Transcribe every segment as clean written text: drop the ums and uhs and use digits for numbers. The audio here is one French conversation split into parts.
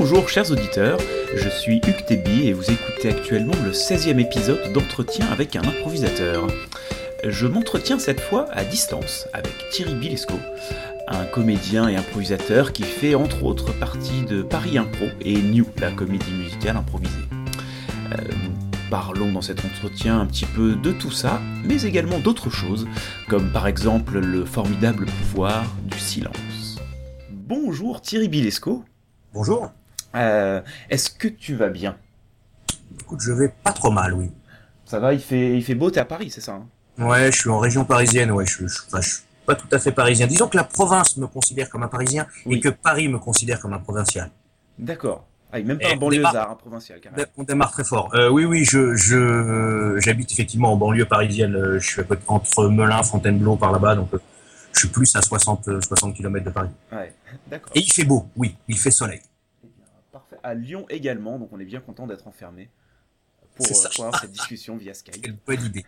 Bonjour chers auditeurs, je suis Hugues Tébi et vous écoutez actuellement le 16e épisode d'Entretien avec un improvisateur. Je m'entretiens cette fois à distance avec Thierry Bilesco, un comédien et improvisateur qui fait entre autres partie de Paris Impro et New, la comédie musicale improvisée. Nous parlons dans cet entretien un petit peu de tout ça, mais également d'autres choses, comme par exemple le formidable pouvoir du silence. Bonjour Thierry Bilesco. Bonjour. Est-ce que tu vas bien ? Écoute, je vais pas trop mal, oui. Ça va, il fait beau, t'es à Paris, c'est ça hein ? Ouais, je suis en région parisienne, ouais, je suis pas tout à fait parisien. Disons que la province me considère comme un parisien et que Paris me considère comme un provincial. D'accord. Ah, même pas un banlieusard, un provincial, carrément. On démarre très fort. Oui, j'habite effectivement en banlieue parisienne. Je suis entre Melun, Fontainebleau, par là-bas, donc je suis plus à 60 km de Paris. Ouais, d'accord. Et il fait beau, oui, il fait soleil. Eh bien, parfait. À Lyon également, donc on est bien content d'être enfermé pour avoir cette discussion via Skype. Quelle bonne idée.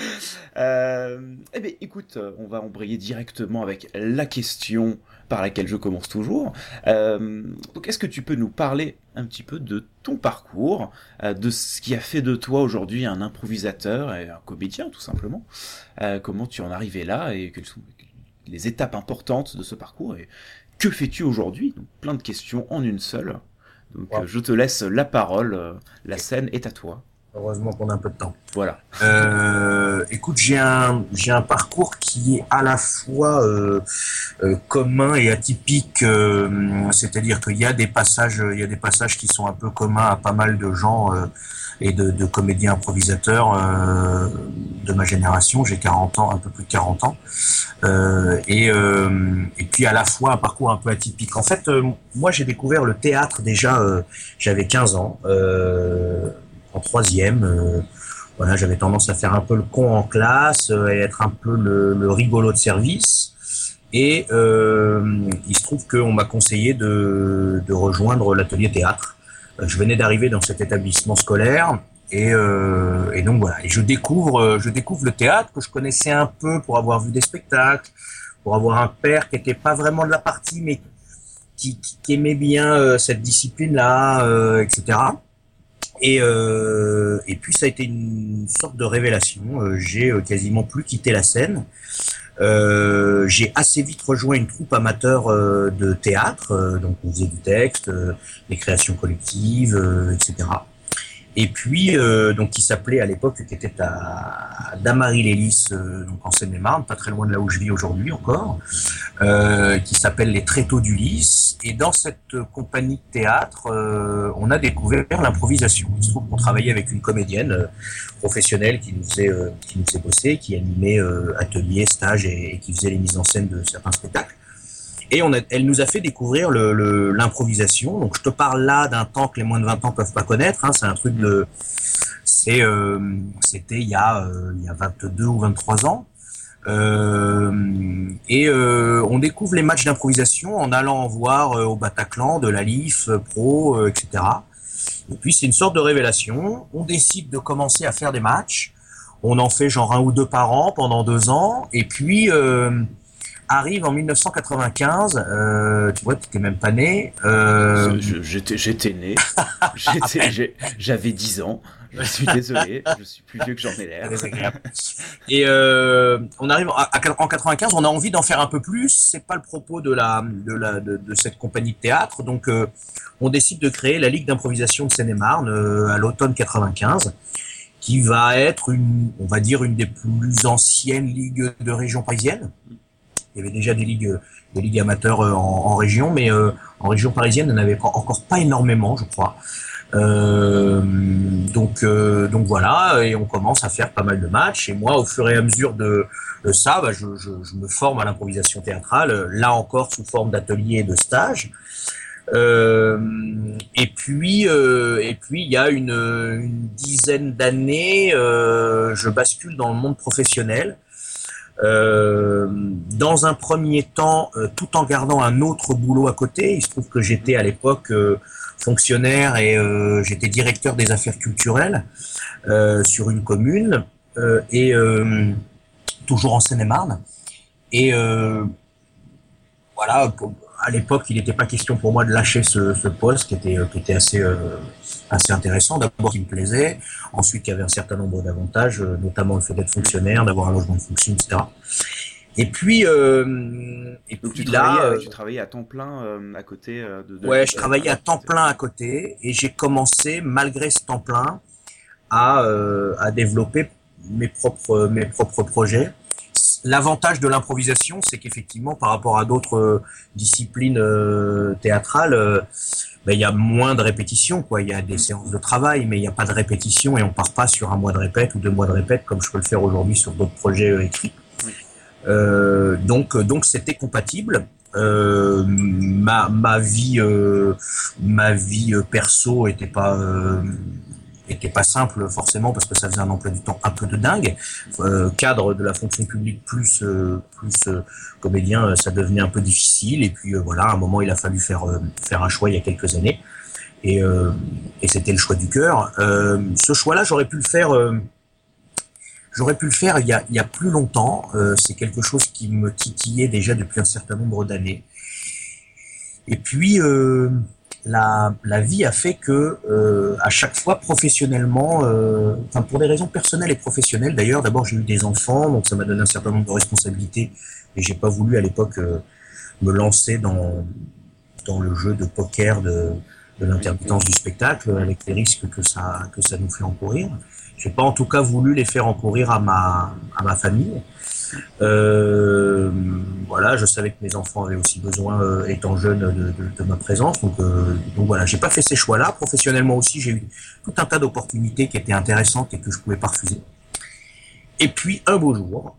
Eh bien, écoute, on va embrayer directement avec la question par laquelle je commence toujours. Donc, est-ce que tu peux nous parler un petit peu de ton parcours, de ce qui a fait de toi aujourd'hui un improvisateur et un comédien, tout simplement. Comment tu en es arrivé là et quelles sont les étapes importantes de ce parcours et que fais-tu aujourd'hui ? Donc, plein de questions en une seule. Donc, je te laisse la parole, la scène est à toi. Heureusement qu'on a un peu de temps. Voilà. Écoute, j'ai un parcours qui est à la fois commun et atypique, c'est-à-dire qu'il y a des passages qui sont un peu communs à pas mal de gens et de comédiens improvisateurs de ma génération. J'ai 40 ans, un peu plus de 40 ans, et puis à la fois un parcours un peu atypique. En fait, moi j'ai découvert le théâtre déjà, j'avais 15 ans. En troisième, voilà, j'avais tendance à faire un peu le con en classe et être un peu le rigolo de service. Et il se trouve qu'on m'a conseillé de rejoindre l'atelier théâtre. Je venais d'arriver dans cet établissement scolaire et donc voilà. Et je découvre le théâtre que je connaissais un peu pour avoir vu des spectacles, pour avoir un père qui était pas vraiment de la partie, mais qui aimait bien cette discipline-là, etc. Et puis ça a été une sorte de révélation. J'ai quasiment plus quitté la scène. J'ai assez vite rejoint une troupe amateur de théâtre, donc on faisait du texte, des créations collectives, etc. Et puis donc qui s'appelait à l'époque, qui était à Damary-les-Lys, donc en Seine-et-Marne, pas très loin de là où je vis aujourd'hui encore, qui s'appelle les Tréteaux du Lys. Et dans cette compagnie de théâtre, on a découvert l'improvisation. Il se trouve qu'on travaillait avec une comédienne professionnelle qui nous faisait bosser, qui animait ateliers, stages et qui faisait les mises en scène de certains spectacles. Et elle nous a fait découvrir l'improvisation. Donc je te parle là d'un temps que les moins de 20 ans peuvent pas connaître. Hein. C'est un truc c'était il y a 22 ou 23 ans. On découvre les matchs d'improvisation en allant en voir au Bataclan, de la LIF, Pro, etc. Et puis c'est une sorte de révélation. On décide de commencer à faire des matchs. On en fait genre 1 ou 2 par an pendant 2 ans. Et puis arrive en 1995, tu vois, tu n'étais même pas né. J'étais né, j'avais 10 ans, je suis désolé, je suis plus vieux que j'en ai l'air. Et on arrive en 95, on a envie d'en faire un peu plus, c'est pas le propos de cette compagnie de théâtre, donc on décide de créer la Ligue d'improvisation de Seine-et-Marne à l'automne 95, qui va être une des plus anciennes ligues de région parisienne. Il y avait déjà des ligues amateurs en région, mais en région parisienne, il n'y en avait encore pas énormément, je crois. Donc voilà, et on commence à faire pas mal de matchs. Et moi, au fur et à mesure de ça, je me forme à l'improvisation théâtrale, là encore sous forme d'ateliers et de stages. Et puis il y a une dizaine d'années, je bascule dans le monde professionnel. Dans un premier temps, tout en gardant un autre boulot à côté. Il se trouve que j'étais à l'époque fonctionnaire et j'étais directeur des affaires culturelles sur une commune et toujours en Seine-et-Marne. Et voilà, à l'époque, il n'était pas question pour moi de lâcher ce poste qui était assez intéressant. D'abord, il me plaisait. Ensuite, il y avait un certain nombre d'avantages, notamment le fait d'être fonctionnaire, d'avoir un logement de fonction, etc. Et puis, Donc tu travaillais à temps plein à côté ouais, je travaillais à temps plein à côté et j'ai commencé, malgré ce temps plein, à développer mes propres projets. L'avantage de l'improvisation, c'est qu'effectivement, par rapport à d'autres disciplines théâtrales, il y a moins de répétitions, quoi. Il y a des séances de travail, mais il n'y a pas de répétition et on part pas sur un mois de répète ou 2 mois de répète comme je peux le faire aujourd'hui sur d'autres projets écrits. Oui. Donc c'était compatible. Ma vie perso était pas simple forcément parce que ça faisait un emploi du temps un peu de dingue. Cadre de la fonction publique plus comédien, ça devenait un peu difficile. Et puis voilà, à un moment il a fallu faire un choix il y a quelques années. Et c'était le choix du cœur. Ce choix-là, j'aurais pu le faire il y a plus longtemps. C'est quelque chose qui me titillait déjà depuis un certain nombre d'années. Et puis la vie a fait que à chaque fois professionnellement, pour des raisons personnelles et professionnelles d'ailleurs, d'abord j'ai eu des enfants, donc ça m'a donné un certain nombre de responsabilités et j'ai pas voulu à l'époque me lancer dans le jeu de poker de l'intermittence du spectacle avec les risques que ça nous fait encourir. J'ai pas en tout cas voulu les faire encourir à ma famille. Voilà, je savais que mes enfants avaient aussi besoin, étant jeunes, de ma présence. Donc voilà, j'ai pas fait ces choix-là. Professionnellement aussi, j'ai eu tout un tas d'opportunités qui étaient intéressantes et que je pouvais pas refuser. Et puis un beau jour,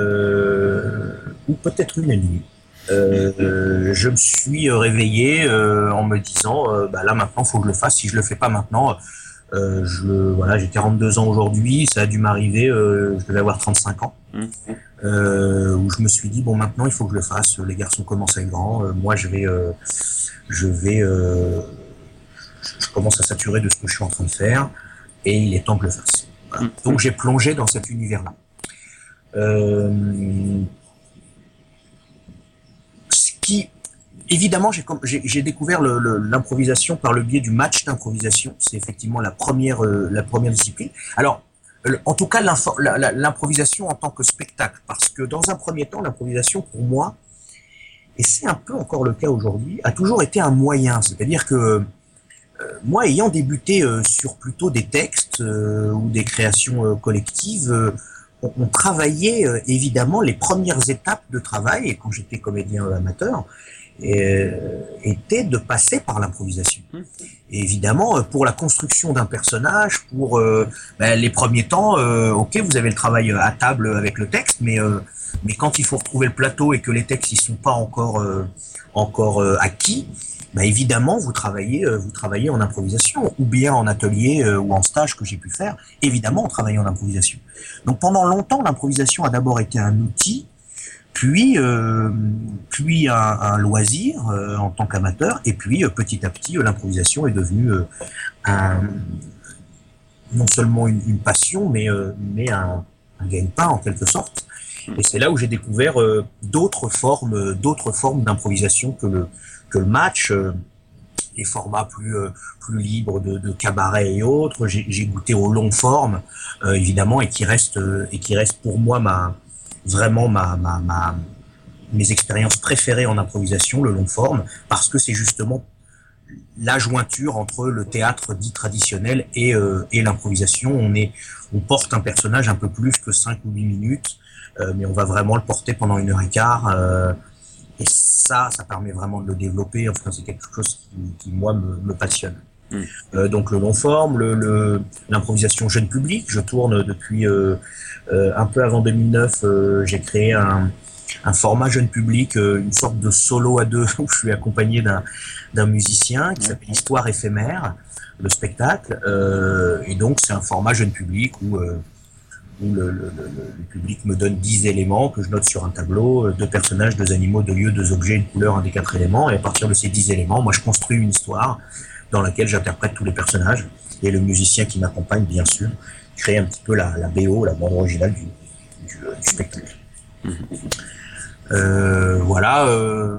ou peut-être une nuit, je me suis réveillé en me disant, là maintenant, faut que je le fasse. Si je le fais pas maintenant, j'ai 42 ans aujourd'hui, ça a dû m'arriver, je devais avoir 35 ans, où je me suis dit, bon, maintenant, il faut que je le fasse, les garçons commencent à être grands, moi, je commence à saturer de ce que je suis en train de faire, et il est temps que je le fasse. Voilà. Donc, j'ai plongé dans cet univers-là. Évidemment, j'ai découvert l'improvisation par le biais du match d'improvisation. C'est effectivement la première discipline. Alors, en tout cas, l'improvisation en tant que spectacle, parce que dans un premier temps, l'improvisation pour moi, et c'est un peu encore le cas aujourd'hui, a toujours été un moyen. C'est-à-dire que moi, ayant débuté sur plutôt des textes ou des créations collectives, on travaillait évidemment les premières étapes de travail, et quand j'étais comédien amateur, était de passer par l'improvisation. Et évidemment, pour la construction d'un personnage, pour les premiers temps, ok, vous avez le travail à table avec le texte, mais quand il faut retrouver le plateau et que les textes ils sont pas encore acquis, évidemment vous travaillez en improvisation, ou bien en atelier ou en stage que j'ai pu faire. Évidemment, on travaillait en improvisation. Donc pendant longtemps, l'improvisation a d'abord été un outil, puis un loisir en tant qu'amateur, et puis petit à petit l'improvisation est devenue non seulement une passion, mais un gagne-pain en quelque sorte. Et c'est là où j'ai découvert d'autres formes d'improvisation que le match, les formats plus libres de cabaret et autres. J'ai goûté aux longues formes, évidemment, et qui reste pour moi mes expériences préférées en improvisation, le long forme, parce que c'est justement la jointure entre le théâtre dit traditionnel et l'improvisation. On porte un personnage un peu plus que 5 ou 8 minutes, mais on va vraiment le porter pendant 1h15, et ça permet vraiment de le développer. Enfin, c'est quelque chose qui moi me passionne. Donc le long forme, l'improvisation jeune public, je tourne depuis un peu avant 2009, j'ai créé un format jeune public, une sorte de solo à deux où je suis accompagné d'un musicien qui s'appelle Histoire éphémère, le spectacle, et donc c'est un format jeune public où le public me donne 10 éléments que je note sur un tableau, 2 personnages, 2 animaux, 2 lieux, 2 objets, une couleur, un des 4 éléments, et à partir de ces 10 éléments, moi je construis une histoire dans laquelle j'interprète tous les personnages, et le musicien qui m'accompagne, bien sûr, crée un petit peu la BO, la bande originale du spectacle. Voilà,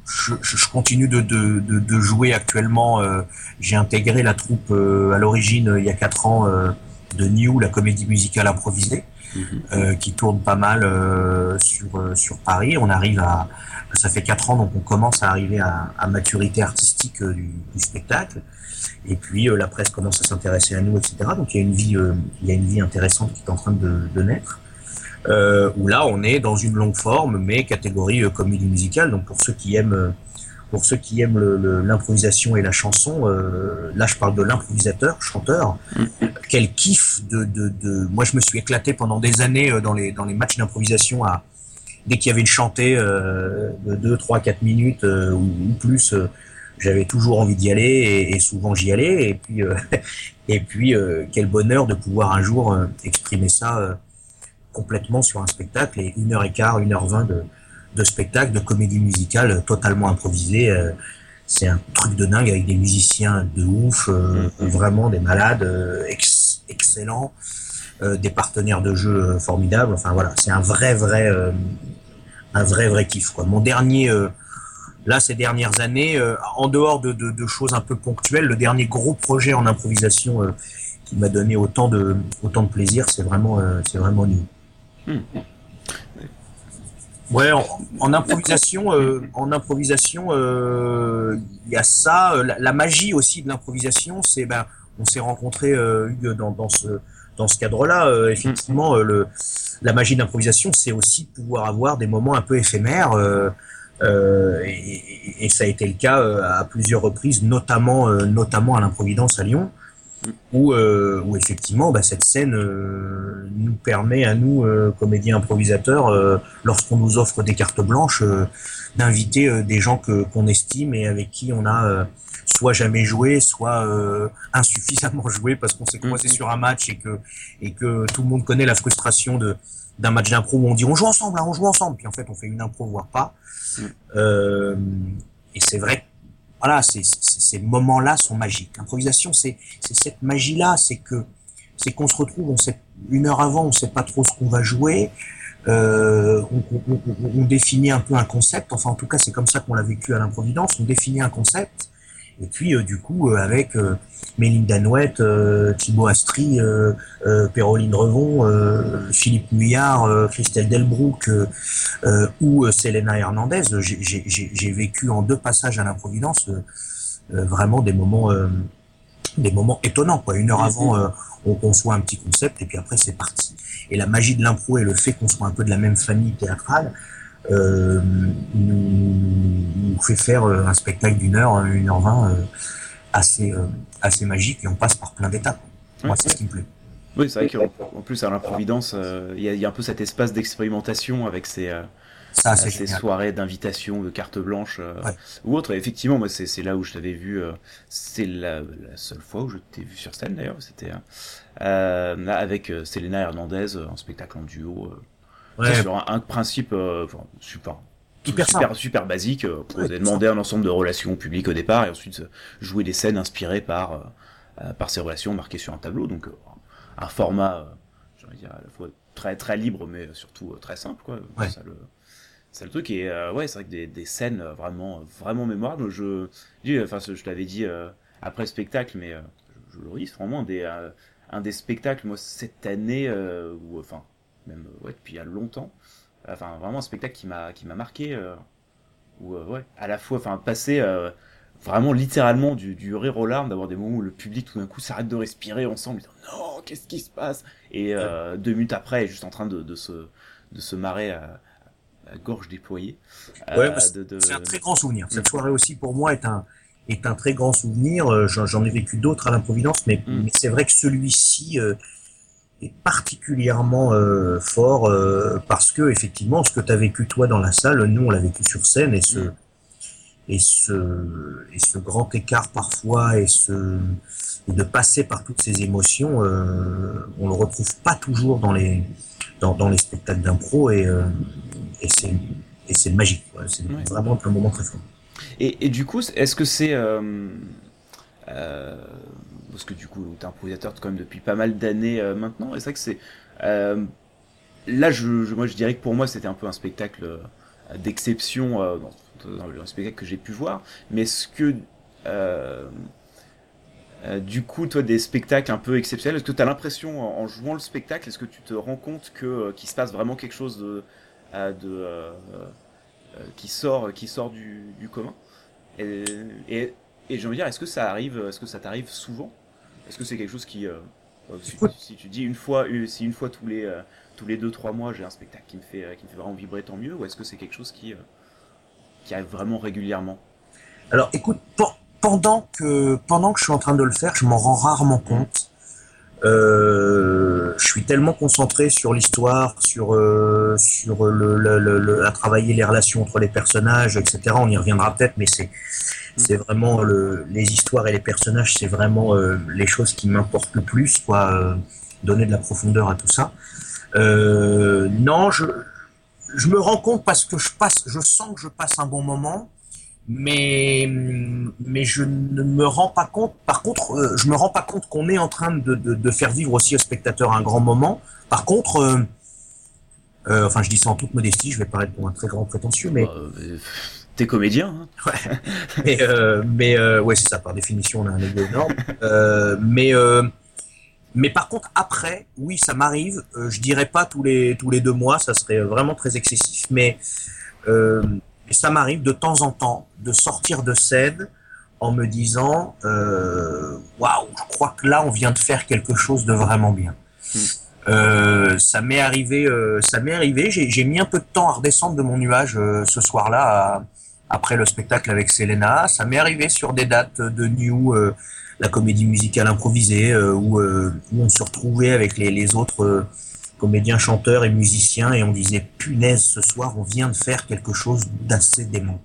je continue de jouer actuellement. J'ai intégré la troupe à l'origine il y a 4 ans de New, la comédie musicale improvisée, qui tourne pas mal sur Paris. Ça fait 4 ans, donc on commence à arriver à maturité artistique du spectacle. Et puis la presse commence à s'intéresser à nous, etc. Donc il y a une vie intéressante qui est en train de naître. Où là on est dans une longue forme, mais catégorie comédie musicale. Donc pour ceux qui aiment l'improvisation et la chanson, là je parle de l'improvisateur, chanteur. Quel kiff moi je me suis éclaté pendant des années dans les matchs d'improvisation dès qu'il y avait une chantée de 2, 3, 4 minutes ou plus, j'avais toujours envie d'y aller et souvent j'y allais. Et puis quel bonheur de pouvoir un jour exprimer ça complètement sur un spectacle, et 1h15, 1h20 de spectacle, de comédie musicale totalement improvisée. C'est un truc de dingue avec des musiciens de ouf, vraiment des malades, excellents, des partenaires de jeu formidables. Enfin voilà, c'est un vrai kiff, quoi. Mon dernier, là ces dernières années, en dehors de choses un peu ponctuelles, le dernier gros projet en improvisation qui m'a donné autant de plaisir, c'est vraiment New. Ouais, en improvisation, il y a ça. La magie aussi de l'improvisation, c'est on s'est rencontrés Hugues dans ce cadre-là. Effectivement, la magie de l'improvisation, c'est aussi pouvoir avoir des moments un peu éphémères. Et ça a été le cas à plusieurs reprises, notamment à l'Improvidence à Lyon, où effectivement cette scène nous permet à nous comédiens improvisateurs, lorsqu'on nous offre des cartes blanches, d'inviter des gens qu'on estime et avec qui on a soit jamais joué, soit insuffisamment joué parce qu'on s'est croisé sur un match et que tout le monde connaît la frustration d'un match d'impro où on dit on joue ensemble, puis en fait on fait une impro voire pas. Et c'est vrai, voilà, ces moments-là sont magiques. L'improvisation, c'est cette magie-là, c'est qu'on se retrouve, on sait 1 heure avant, on sait pas trop ce qu'on va jouer, on définit un peu un concept, enfin en tout cas c'est comme ça qu'on l'a vécu à l'Improvidence, on définit un concept, et puis du coup avec Méline Danouette, Thibaut Astry, Péroline Revon, Philippe Muyard, Christelle Delbrouck ou Selena Hernandez, j'ai vécu en 2 passages à l'Improvidence vraiment des moments étonnants, quoi. 1 heure avant, on conçoit un petit concept et puis après c'est parti. Et la magie de l'impro et le fait qu'on soit un peu de la même famille théâtrale nous fait faire un spectacle d'1 heure, 1h20 assez magique, et on passe par plein d'étapes. Moi, c'est ce qui me plaît. Oui, c'est vrai qu'en plus à l'Improvidence, il y a un peu cet espace d'expérimentation avec ces soirées d'invitation, de carte blanche ou autre. Et effectivement, moi, c'est là où je t'avais vu. C'est la seule fois où je t'ai vu sur scène d'ailleurs. C'était avec Selena Hernandez, un spectacle en duo. Sur un principe super basique. Vous avez demandé un ensemble de relations publiques au départ et ensuite jouer des scènes inspirées par ces relations marquées sur un tableau. Donc un format, j'ai envie de dire, à la fois très très libre mais surtout très simple, quoi. C'est le truc. Et c'est vrai que des scènes vraiment mémorables. Je t'avais dit après le spectacle, mais je le redis, c'est vraiment un des spectacles, moi, cette année même depuis il y a longtemps, vraiment un spectacle qui m'a marqué, à la fois passer vraiment littéralement du rire aux larmes, d'avoir des moments où le public tout d'un coup s'arrête de respirer ensemble, non, qu'est-ce qui se passe, et 2 minutes après est juste en train de se marrer à gorge déployée. C'est un très grand souvenir. Cette soirée aussi pour moi est un très grand souvenir. J'en ai vécu d'autres à l'Improvidence, mais c'est vrai que celui-ci est particulièrement fort parce que effectivement ce que tu as vécu toi dans la salle, nous on l'a vécu sur scène, et ce grand écart parfois et de passer par toutes ces émotions, on le retrouve pas toujours dans les spectacles d'impro, et c'est magique, quoi. C'est vraiment un moment très fort. Et du coup, est-ce que c'est parce que du coup t'es improvisateur quand même depuis pas mal d'années maintenant, et c'est vrai que c'est là moi je dirais que pour moi c'était un peu un spectacle d'exception dans le spectacle que j'ai pu voir. Mais est-ce que du coup, toi, des spectacles un peu exceptionnels, est-ce que tu as l'impression, en jouant le spectacle, est-ce que tu te rends compte qu'il se passe vraiment quelque chose qui sort du commun? Et, et, et j'ai envie de dire, est-ce que ça t'arrive souvent? Est-ce que c'est quelque chose si tu dis si une fois tous les 2-3 mois j'ai un spectacle qui me fait vraiment vibrer, tant mieux, ou est-ce que c'est quelque chose qui arrive vraiment régulièrement? Alors, écoute, pendant que je suis en train de le faire, je m'en rends rarement compte. Je suis tellement concentré sur l'histoire, sur à travailler les relations entre les personnages, etc. On y reviendra peut-être, mais c'est vraiment les histoires et les personnages, c'est vraiment les choses qui m'importent le plus, quoi. Donner de la profondeur à tout ça. Non, je me rends compte parce que je sens que je passe un bon moment. Mais je ne me rends pas compte. Par contre, je me rends pas compte qu'on est en train de faire vivre aussi au spectateur un grand moment. Par contre, enfin, je dis ça en toute modestie, je vais paraître pour un très grand prétentieux, mais t'es comédien, hein. Ouais, c'est ça. Par définition, on a un ego énorme. Mais par contre, après, oui, ça m'arrive. Je dirais pas tous les 2 mois, ça serait vraiment très excessif, mais et ça m'arrive de temps en temps de sortir de scène en me disant waouh, je crois que là on vient de faire quelque chose de vraiment bien. Ça m'est arrivé. J'ai mis un peu de temps à redescendre de mon nuage ce soir-là après le spectacle avec Selena. Ça m'est arrivé sur des dates de New, la comédie musicale improvisée, où on se retrouvait avec les autres comédiens, chanteurs et musiciens, et on disait punaise, ce soir on vient de faire quelque chose d'assez dément.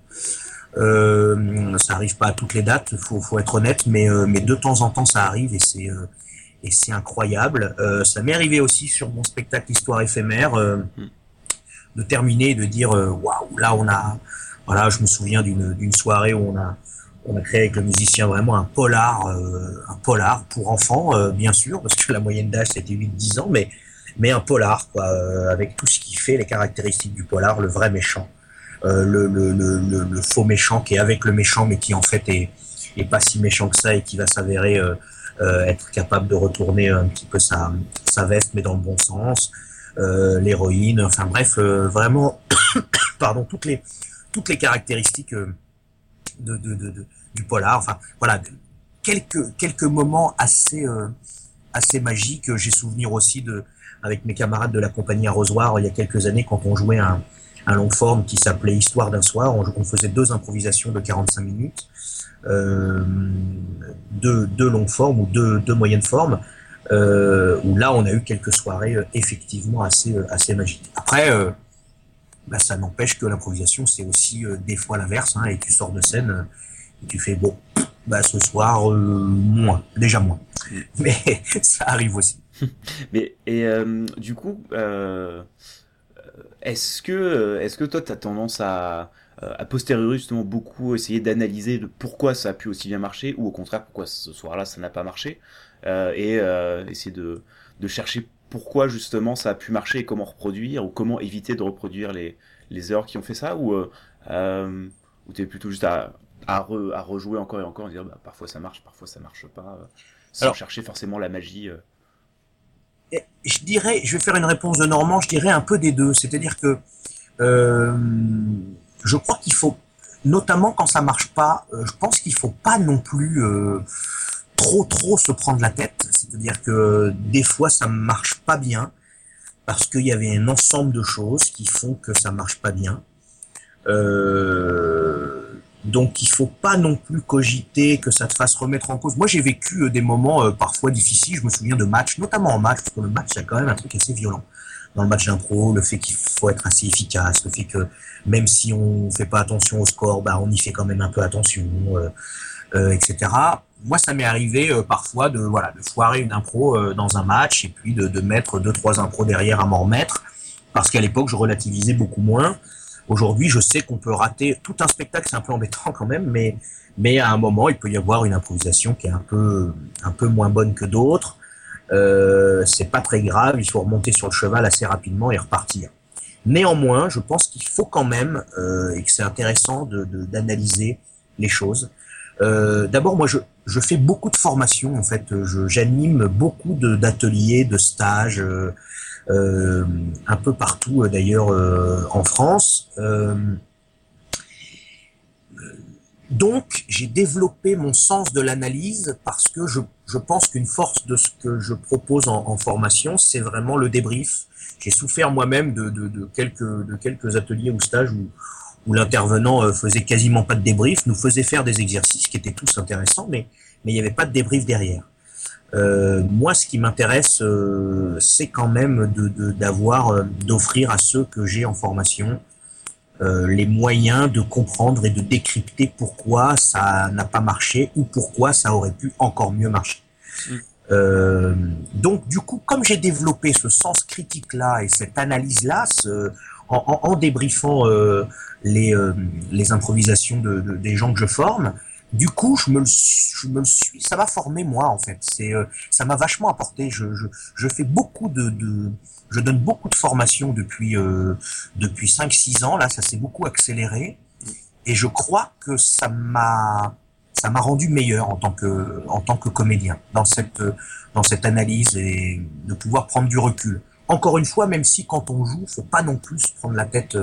Ça arrive pas à toutes les dates, faut être honnête, mais de temps en temps ça arrive, et c'est incroyable. Ça m'est arrivé aussi sur mon spectacle Histoire éphémère de terminer et de dire waouh, là voilà, je me souviens d'une soirée où on a créé avec le musicien vraiment un polar pour enfants, bien sûr, parce que la moyenne d'âge c'était 8-10 ans, mais un polar, quoi, avec tout ce qui fait les caractéristiques du polar, le vrai méchant, le faux méchant qui est avec le méchant, mais qui en fait est pas si méchant que ça, et qui va s'avérer être capable de retourner un petit peu sa veste, mais dans le bon sens, l'héroïne, enfin bref, vraiment, pardon, toutes les caractéristiques du polar, enfin voilà, quelques moments assez magiques. J'ai souvenir aussi avec mes camarades de la compagnie Arrosoir, il y a quelques années, quand on jouait un long forme qui s'appelait Histoire d'un soir, on faisait 2 improvisations de 45 minutes, 2 longues formes ou 2 moyennes formes, où là on a eu quelques soirées effectivement assez magiques. Après, ça n'empêche que l'improvisation c'est aussi des fois l'inverse, hein, et tu sors de scène et tu fais bon, ce soir déjà moins, mais ça arrive aussi. Mais du coup, est-ce que toi t'as tendance à posteriori justement beaucoup essayer d'analyser pourquoi ça a pu aussi bien marcher, ou au contraire pourquoi ce soir-là ça n'a pas marché, et essayer de chercher pourquoi justement ça a pu marcher et comment reproduire, ou comment éviter de reproduire les erreurs qui ont fait ça, ou t'es plutôt juste à rejouer encore et encore et dire parfois ça marche pas, sans chercher forcément la magie. Je vais faire une réponse de Normand, je dirais un peu des deux. C'est-à-dire que je crois qu'il faut, notamment quand ça marche pas, je pense qu'il faut pas non plus trop se prendre la tête. C'est-à-dire que des fois ça marche pas bien parce qu'il y avait un ensemble de choses qui font que ça marche pas bien. Donc il faut pas non plus cogiter que ça te fasse remettre en cause. Moi j'ai vécu des moments parfois difficiles, je me souviens de matchs, notamment en match, parce que le match il y a quand même un truc assez violent. Dans le match d'impro, le fait qu'il faut être assez efficace, le fait que même si on fait pas attention au score, on y fait quand même un peu attention, etc. Moi ça m'est arrivé parfois de foirer une impro dans un match, et puis de mettre 2-3 impros derrière à m'en remettre, parce qu'à l'époque je relativisais beaucoup moins. Aujourd'hui, je sais qu'on peut rater tout un spectacle, c'est un peu embêtant quand même, mais à un moment, il peut y avoir une improvisation qui est un peu moins bonne que d'autres. C'est pas très grave, il faut remonter sur le cheval assez rapidement et repartir. Néanmoins, je pense qu'il faut quand même, et que c'est intéressant d'analyser les choses. D'abord, moi, je fais beaucoup de formations, en fait. J'anime beaucoup d'ateliers, de stages, un peu partout, d'ailleurs, en France. Donc, j'ai développé mon sens de l'analyse parce que je pense qu'une force de ce que je propose en formation, c'est vraiment le débrief. J'ai souffert moi-même de quelques ateliers ou stages où l'intervenant faisait quasiment pas de débrief, nous faisait faire des exercices qui étaient tous intéressants, mais il n'y avait pas de débrief derrière. Moi, ce qui m'intéresse, c'est quand même d'offrir à ceux que j'ai en formation les moyens de comprendre et de décrypter pourquoi ça n'a pas marché ou pourquoi ça aurait pu encore mieux marcher. Donc, du coup, comme j'ai développé ce sens critique-là et cette analyse-là, en débriefant les improvisations des gens que je forme, du coup, je me le suis, ça m'a formé moi en fait. Ça m'a vachement apporté. Je fais beaucoup je donne beaucoup de formations depuis 5-6 ans. Là, ça s'est beaucoup accéléré et je crois que ça m'a rendu meilleur en tant que comédien dans cette analyse et de pouvoir prendre du recul. Encore une fois, même si quand on joue, faut pas non plus se prendre la tête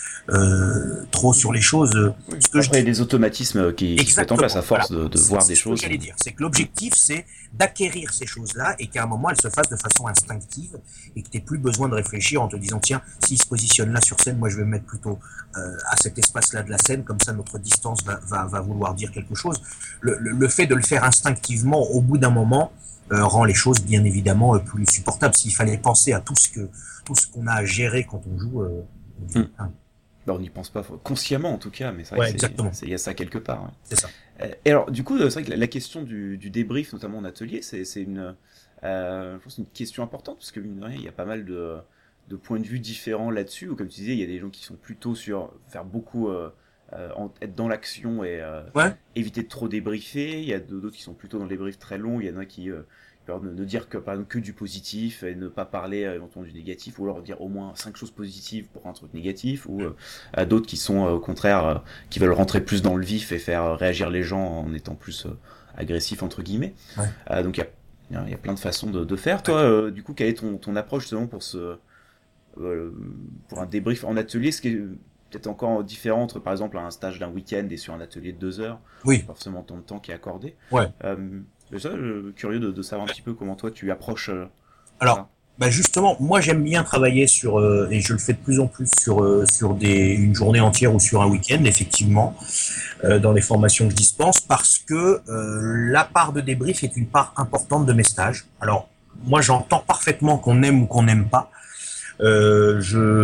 trop sur les choses. Oui, il y a des automatismes qui se mettent en place à force de voir des choses. Ce que j'allais dire, c'est que l'objectif, c'est d'acquérir ces choses-là et qu'à un moment, elles se fassent de façon instinctive et que tu n'aies plus besoin de réfléchir en te disant tiens, s'il se positionne là sur scène, moi je vais me mettre plutôt à cet espace-là de la scène, comme ça notre distance va vouloir dire quelque chose. Le fait de le faire instinctivement, au bout d'un moment, rend les choses bien évidemment plus supportables. S'il fallait penser à tout ce qu'on a à gérer quand on joue, on n'y pense pas consciemment en tout cas, mais c'est vrai qu'il y a ça quelque part. Ouais. C'est ça. Et alors du coup, c'est vrai que la question du débrief, notamment en atelier, c'est une question importante parce que mine de rien, il y a pas mal de points de vue différents là-dessus. Ou comme tu disais, il y a des gens qui sont plutôt sur faire beaucoup être dans l'action et éviter de trop débriefer. Il y a d'autres qui sont plutôt dans les débriefs très longs. Il y en a qui ne dire que, par exemple, que du positif et ne pas parler éventuellement du négatif, ou alors dire au moins 5 choses positives pour un truc négatif, ou d'autres qui sont au contraire qui veulent rentrer plus dans le vif et faire réagir les gens en étant plus agressifs entre guillemets. Donc il y a plein de façons de faire. Toi, du coup, quelle est ton approche justement pour un débrief en atelier, ce qui est peut-être encore différent entre par exemple un stage d'un week-end et sur un atelier de 2 heures, pas forcément tant de temps qui est accordé. Ça, curieux de savoir un petit peu comment toi tu approches. Alors, justement, moi j'aime bien travailler sur et je le fais de plus en plus sur une journée entière ou sur un week-end, effectivement, dans les formations que je dispense, parce que la part de débrief est une part importante de mes stages. Alors, moi j'entends parfaitement qu'on aime ou qu'on n'aime pas. Là,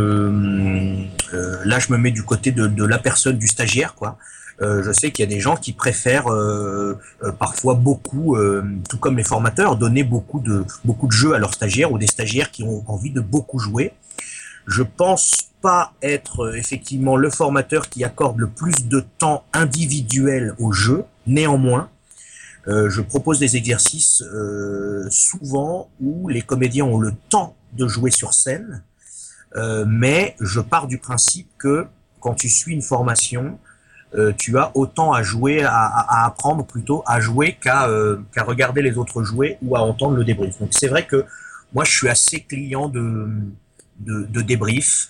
je me mets du côté de la personne, du stagiaire, quoi. Je sais qu'il y a des gens qui préfèrent parfois beaucoup, tout comme les formateurs, donner beaucoup de jeux à leurs stagiaires ou des stagiaires qui ont envie de beaucoup jouer. Je pense pas être effectivement le formateur qui accorde le plus de temps individuel au jeu. Néanmoins, je propose des exercices souvent où les comédiens ont le temps de jouer sur scène, mais je pars du principe que quand tu suis une formation, tu as autant à jouer, à apprendre plutôt à jouer qu'à regarder les autres jouer ou à entendre le débrief. Donc c'est vrai que moi je suis assez client de débrief,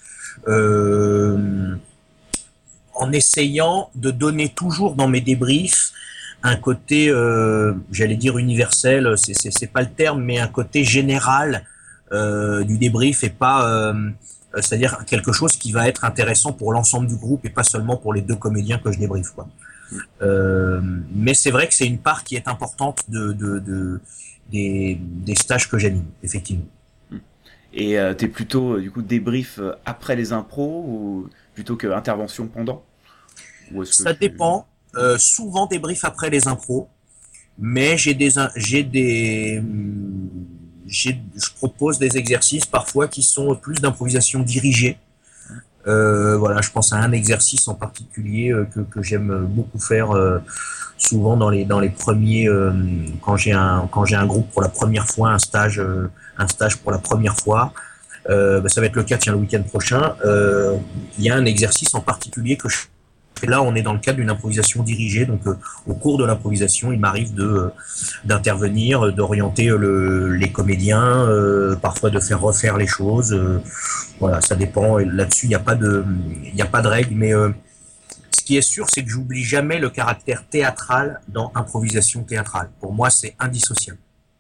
en essayant de donner toujours dans mes débriefs un côté, j'allais dire universel, c'est pas le terme, mais un côté général du débrief et pas c'est-à-dire quelque chose qui va être intéressant pour l'ensemble du groupe et pas seulement pour les 2 comédiens que je débriefe, quoi. Mais c'est vrai que c'est une part qui est importante des stages que j'anime, effectivement. Et t'es plutôt du coup débrief après les impros ou plutôt que intervention pendant? Ça dépend. Souvent débrief après les impros, mais je propose des exercices parfois qui sont plus d'improvisation dirigée. Je pense à un exercice en particulier que j'aime beaucoup faire souvent dans les premiers quand j'ai un groupe pour la première fois, un stage pour la première fois. Ça va être le cas le week-end prochain. Il y a un exercice en particulier que je fais là. On est dans le cadre d'une improvisation dirigée. Donc, au cours de l'improvisation, il m'arrive d'intervenir, d'orienter les comédiens, parfois de faire refaire les choses. Voilà, ça dépend. Et là-dessus, il n'y a pas de règle, mais ce qui est sûr, c'est que j'oublie jamais le caractère théâtral dans improvisation théâtrale. Pour moi, c'est indissociable.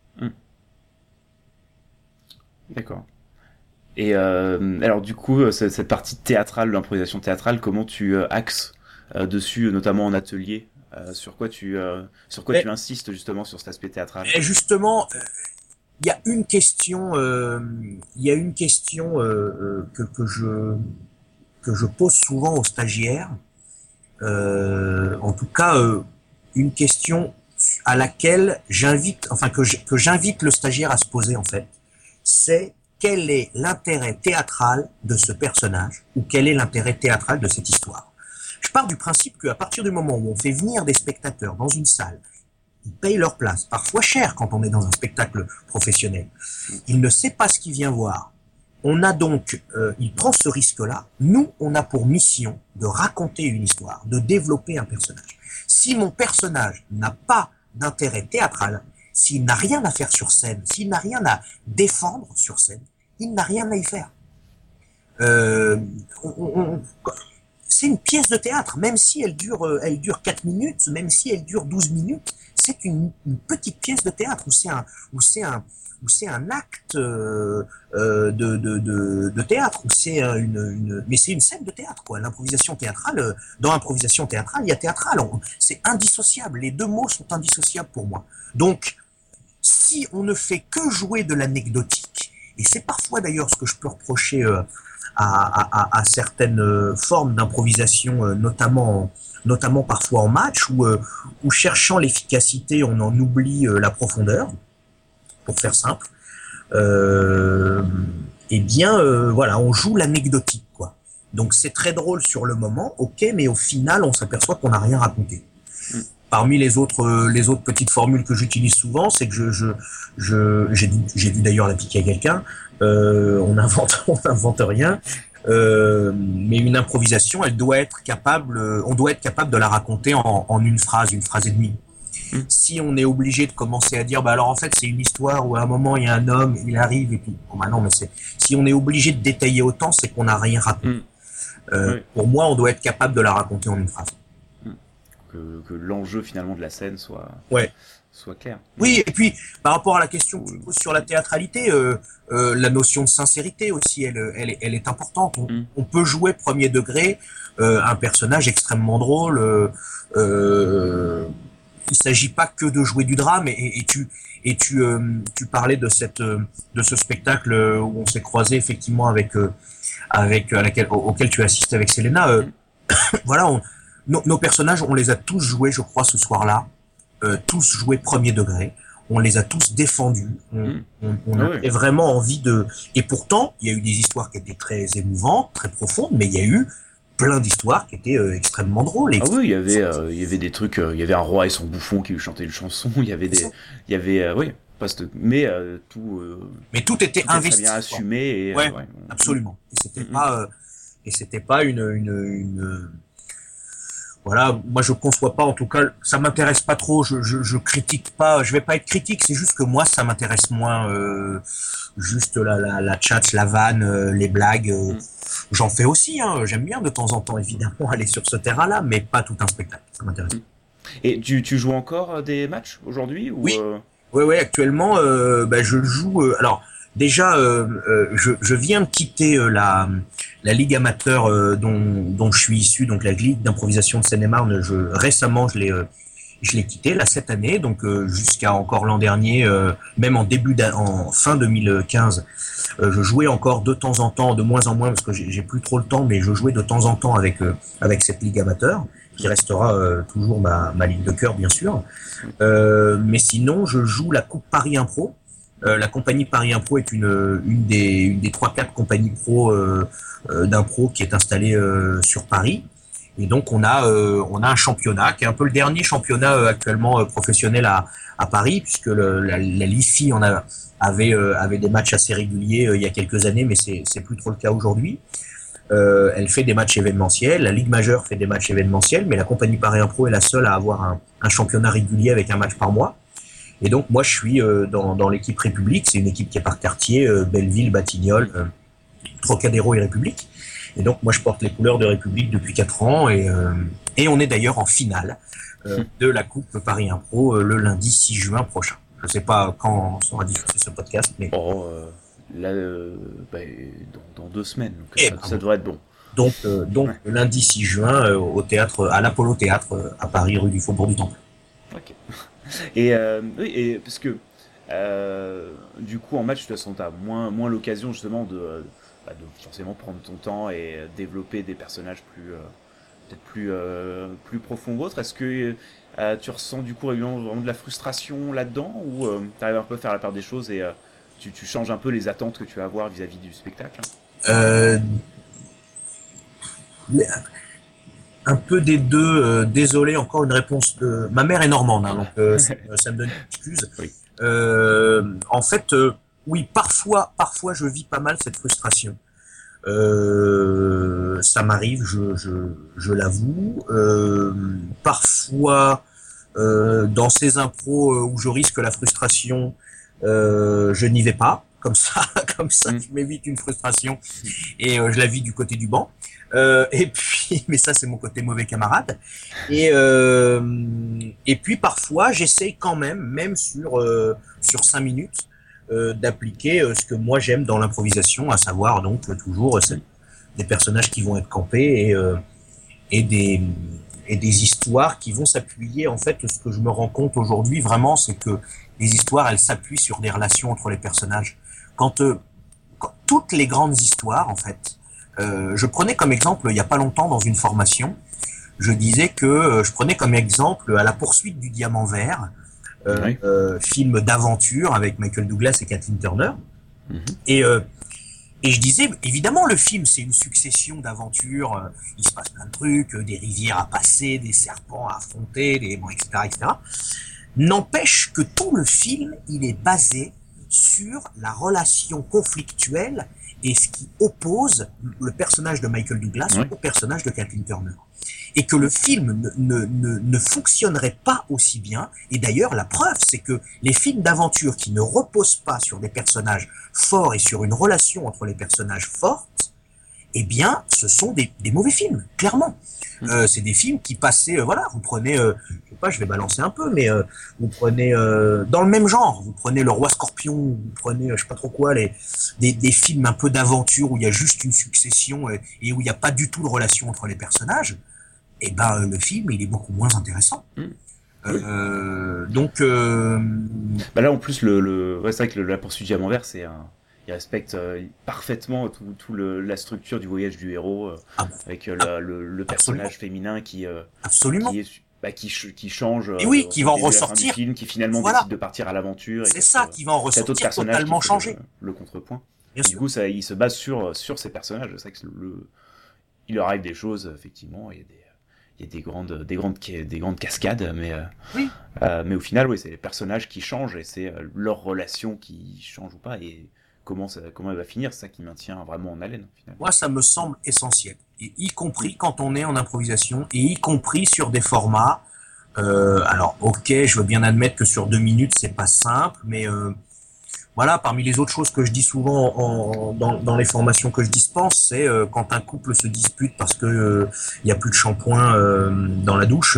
D'accord. Et alors du coup, cette partie théâtrale, l'improvisation théâtrale, comment tu axes dessus, notamment en atelier, sur quoi tu insistes justement sur cet aspect théâtral? Et justement, il y a une question, que je pose souvent aux stagiaires. En tout cas, une question à laquelle j'invite le stagiaire à se poser en fait, c'est quel est l'intérêt théâtral de ce personnage ou quel est l'intérêt théâtral de cette histoire. Je pars du principe qu'à partir du moment où on fait venir des spectateurs dans une salle, ils payent leur place, parfois cher quand on est dans un spectacle professionnel. Il ne sait pas ce qu'il vient voir. On a donc, il prend ce risque-là. Nous, on a pour mission de raconter une histoire, de développer un personnage. Si mon personnage n'a pas d'intérêt théâtral, s'il n'a rien à faire sur scène, s'il n'a rien à défendre sur scène, il n'a rien à y faire. C'est une pièce de théâtre, même si elle dure 4 minutes, même si elle dure 12 minutes, c'est une petite pièce de théâtre où c'est un acte de théâtre, mais c'est une scène de théâtre, quoi. L'improvisation théâtrale, dans l'improvisation théâtrale, il y a théâtral, c'est indissociable, les deux mots sont indissociables pour moi. Donc, si on ne fait que jouer de l'anecdotique, et c'est parfois d'ailleurs ce que je peux reprocher à certaines formes d'improvisation, notamment parfois en match, où cherchant l'efficacité, on en oublie la profondeur, pour faire simple. Voilà, on joue l'anecdotique, quoi. Donc c'est très drôle sur le moment, ok, mais au final, on s'aperçoit qu'on n'a rien raconté. Parmi les autres petites formules que j'utilise souvent, c'est que j'ai dû d'ailleurs l'appliquer à quelqu'un. On n'invente rien. Mais une improvisation, on doit être capable de la raconter en une phrase et demie. Si on est obligé de commencer à dire, alors en fait c'est une histoire où à un moment il y a un homme, il arrive et puis non, mais si on est obligé de détailler autant, c'est qu'on n'a rien raconté. Oui. Pour moi, on doit être capable de la raconter en une phrase. Que l'enjeu finalement de la scène soit clair. Oui, et puis par rapport à la question que tu poses sur la théâtralité, la notion de sincérité aussi, elle est importante. On peut jouer premier degré un personnage extrêmement drôle. Il s'agit pas que de jouer du drame, et tu parlais de ce spectacle où on s'est croisé effectivement auquel tu assistes avec Selena. Voilà, nos personnages, on les a tous joués, je crois, ce soir-là, tous joués premier degré. On les a tous défendus. On avait vraiment envie de. Et pourtant, il y a eu des histoires qui étaient très émouvantes, très profondes, mais il y a eu plein d'histoires qui étaient extrêmement drôles. Ah oui, il y avait des trucs, il y avait un roi et son bouffon qui lui chantait une chanson, mais tout était investi, très bien assumé, absolument. Et c'était pas une voilà, moi je conçois pas, en tout cas, ça m'intéresse pas trop, je critique pas, je vais pas être critique, c'est juste que moi ça m'intéresse moins, juste la tchatch, la vanne, les blagues, j'en fais aussi, j'aime bien de temps en temps évidemment aller sur ce terrain-là, mais pas tout un spectacle, ça m'intéresse. Et tu joues encore des matchs aujourd'hui ou Oui, actuellement, je joue, alors déjà, je viens de quitter la ligue amateur dont je suis issu, donc la ligue d'improvisation de Seine-et-Marne. Récemment, je l'ai quitté là cette année, donc jusqu'à encore l'an dernier, même en fin 2015, je jouais encore de temps en temps, de moins en moins parce que j'ai plus trop le temps, mais je jouais de temps en temps avec cette ligue amateur qui restera toujours ma ligue de cœur bien sûr. Mais sinon, je joue la Coupe Paris Impro. La compagnie Paris Impro est une des 3-4 compagnies pro d'impro qui est installée sur Paris. Et donc on a un championnat qui est un peu le dernier championnat actuellement professionnel à Paris, puisque la LIFI avait des matchs assez réguliers il y a quelques années, mais c'est plus trop le cas aujourd'hui. Elle fait des matchs événementiels, la Ligue majeure fait des matchs événementiels, mais la compagnie Paris Impro est la seule à avoir un championnat régulier avec un match par mois. Et donc moi je suis dans l'équipe République, c'est une équipe qui est par quartier, Belleville, Batignolles, Trocadéro et République. Et donc moi je porte les couleurs de République depuis 4 ans et on est d'ailleurs en finale de la Coupe Paris Impro le lundi 6 juin prochain. Je ne sais pas quand sera diffusé ce podcast, mais là, dans 2 semaines, donc ça devrait être bon. Donc le lundi 6 juin au théâtre, à l'Apollo Théâtre à Paris, rue du Faubourg du Temple. Ok. Et parce que du coup en match de toute façon t'as moins l'occasion justement de forcément prendre ton temps et développer des personnages plus profonds ou autres. Est-ce que tu ressens du coup vraiment de la frustration là-dedans, ou tu arrives un peu à faire la part des choses et tu changes un peu les attentes que tu vas avoir vis-à-vis du spectacle? Un peu des deux. Désolé, encore une réponse de... Ma mère est normande, hein, donc ça me donne une excuse. Oui. En fait, oui, parfois je vis pas mal cette frustration. Ça m'arrive, je l'avoue. Parfois, dans ces impros où je risque la frustration, je n'y vais pas. Comme ça, je m'évite une frustration et je la vis du côté du banc. Et puis, mais ça c'est mon côté mauvais camarade. Et puis parfois, j'essaye quand même sur 5 minutes, d'appliquer ce que moi j'aime dans l'improvisation, à savoir donc toujours des personnages qui vont être campés et des histoires qui vont s'appuyer. En fait, ce que je me rends compte aujourd'hui vraiment, c'est que les histoires, elles s'appuient sur des relations entre les personnages. Quand toutes les grandes histoires, en fait, je prenais comme exemple il y a pas longtemps dans une formation, je disais que je prenais comme exemple À la poursuite du diamant vert, film d'aventure avec Michael Douglas et Kathleen Turner. Et je disais, évidemment, le film, c'est une succession d'aventures, il se passe plein de trucs, des rivières à passer, des serpents à affronter, etc., etc. N'empêche que tout le film, il est basé sur la relation conflictuelle et ce qui oppose le personnage de Michael Douglas au personnage de Kathleen Turner. Et que le film ne fonctionnerait pas aussi bien. Et d'ailleurs, la preuve, c'est que les films d'aventure qui ne reposent pas sur des personnages forts et sur une relation entre les personnages fortes, eh bien, ce sont des mauvais films, clairement. C'est des films qui passaient, vous prenez, je sais pas, je vais balancer un peu, mais vous prenez dans le même genre, vous prenez Le Roi Scorpion, vous prenez, je sais pas trop quoi, des films un peu d'aventure où il y a juste une succession et où il n'y a pas du tout de relation entre les personnages. Et ben le film, il est beaucoup moins intéressant. Donc là en plus c'est vrai que La poursuite du diamant vert, il respecte parfaitement la structure du voyage du héros, avec le personnage féminin qui change, et oui, qui va en ressortir, du film, qui finalement décide de partir à l'aventure. C'est ça, qui va en ressortir totalement changé. Le contrepoint. Du coup, il se base sur ces personnages. C'est vrai que il leur arrive des choses, effectivement. Il y a des grandes cascades, mais au final, oui, c'est les personnages qui changent et c'est leur relation qui change ou pas, et comment elle va finir, c'est ça qui maintient vraiment en haleine, finalement. Moi, ça me semble essentiel, et y compris quand on est en improvisation, et y compris sur des formats. Alors, ok, je veux bien admettre que sur 2 minutes, c'est pas simple, mais parmi les autres choses que je dis souvent dans les formations que je dispense, c'est quand un couple se dispute parce que il y a plus de shampoing dans la douche.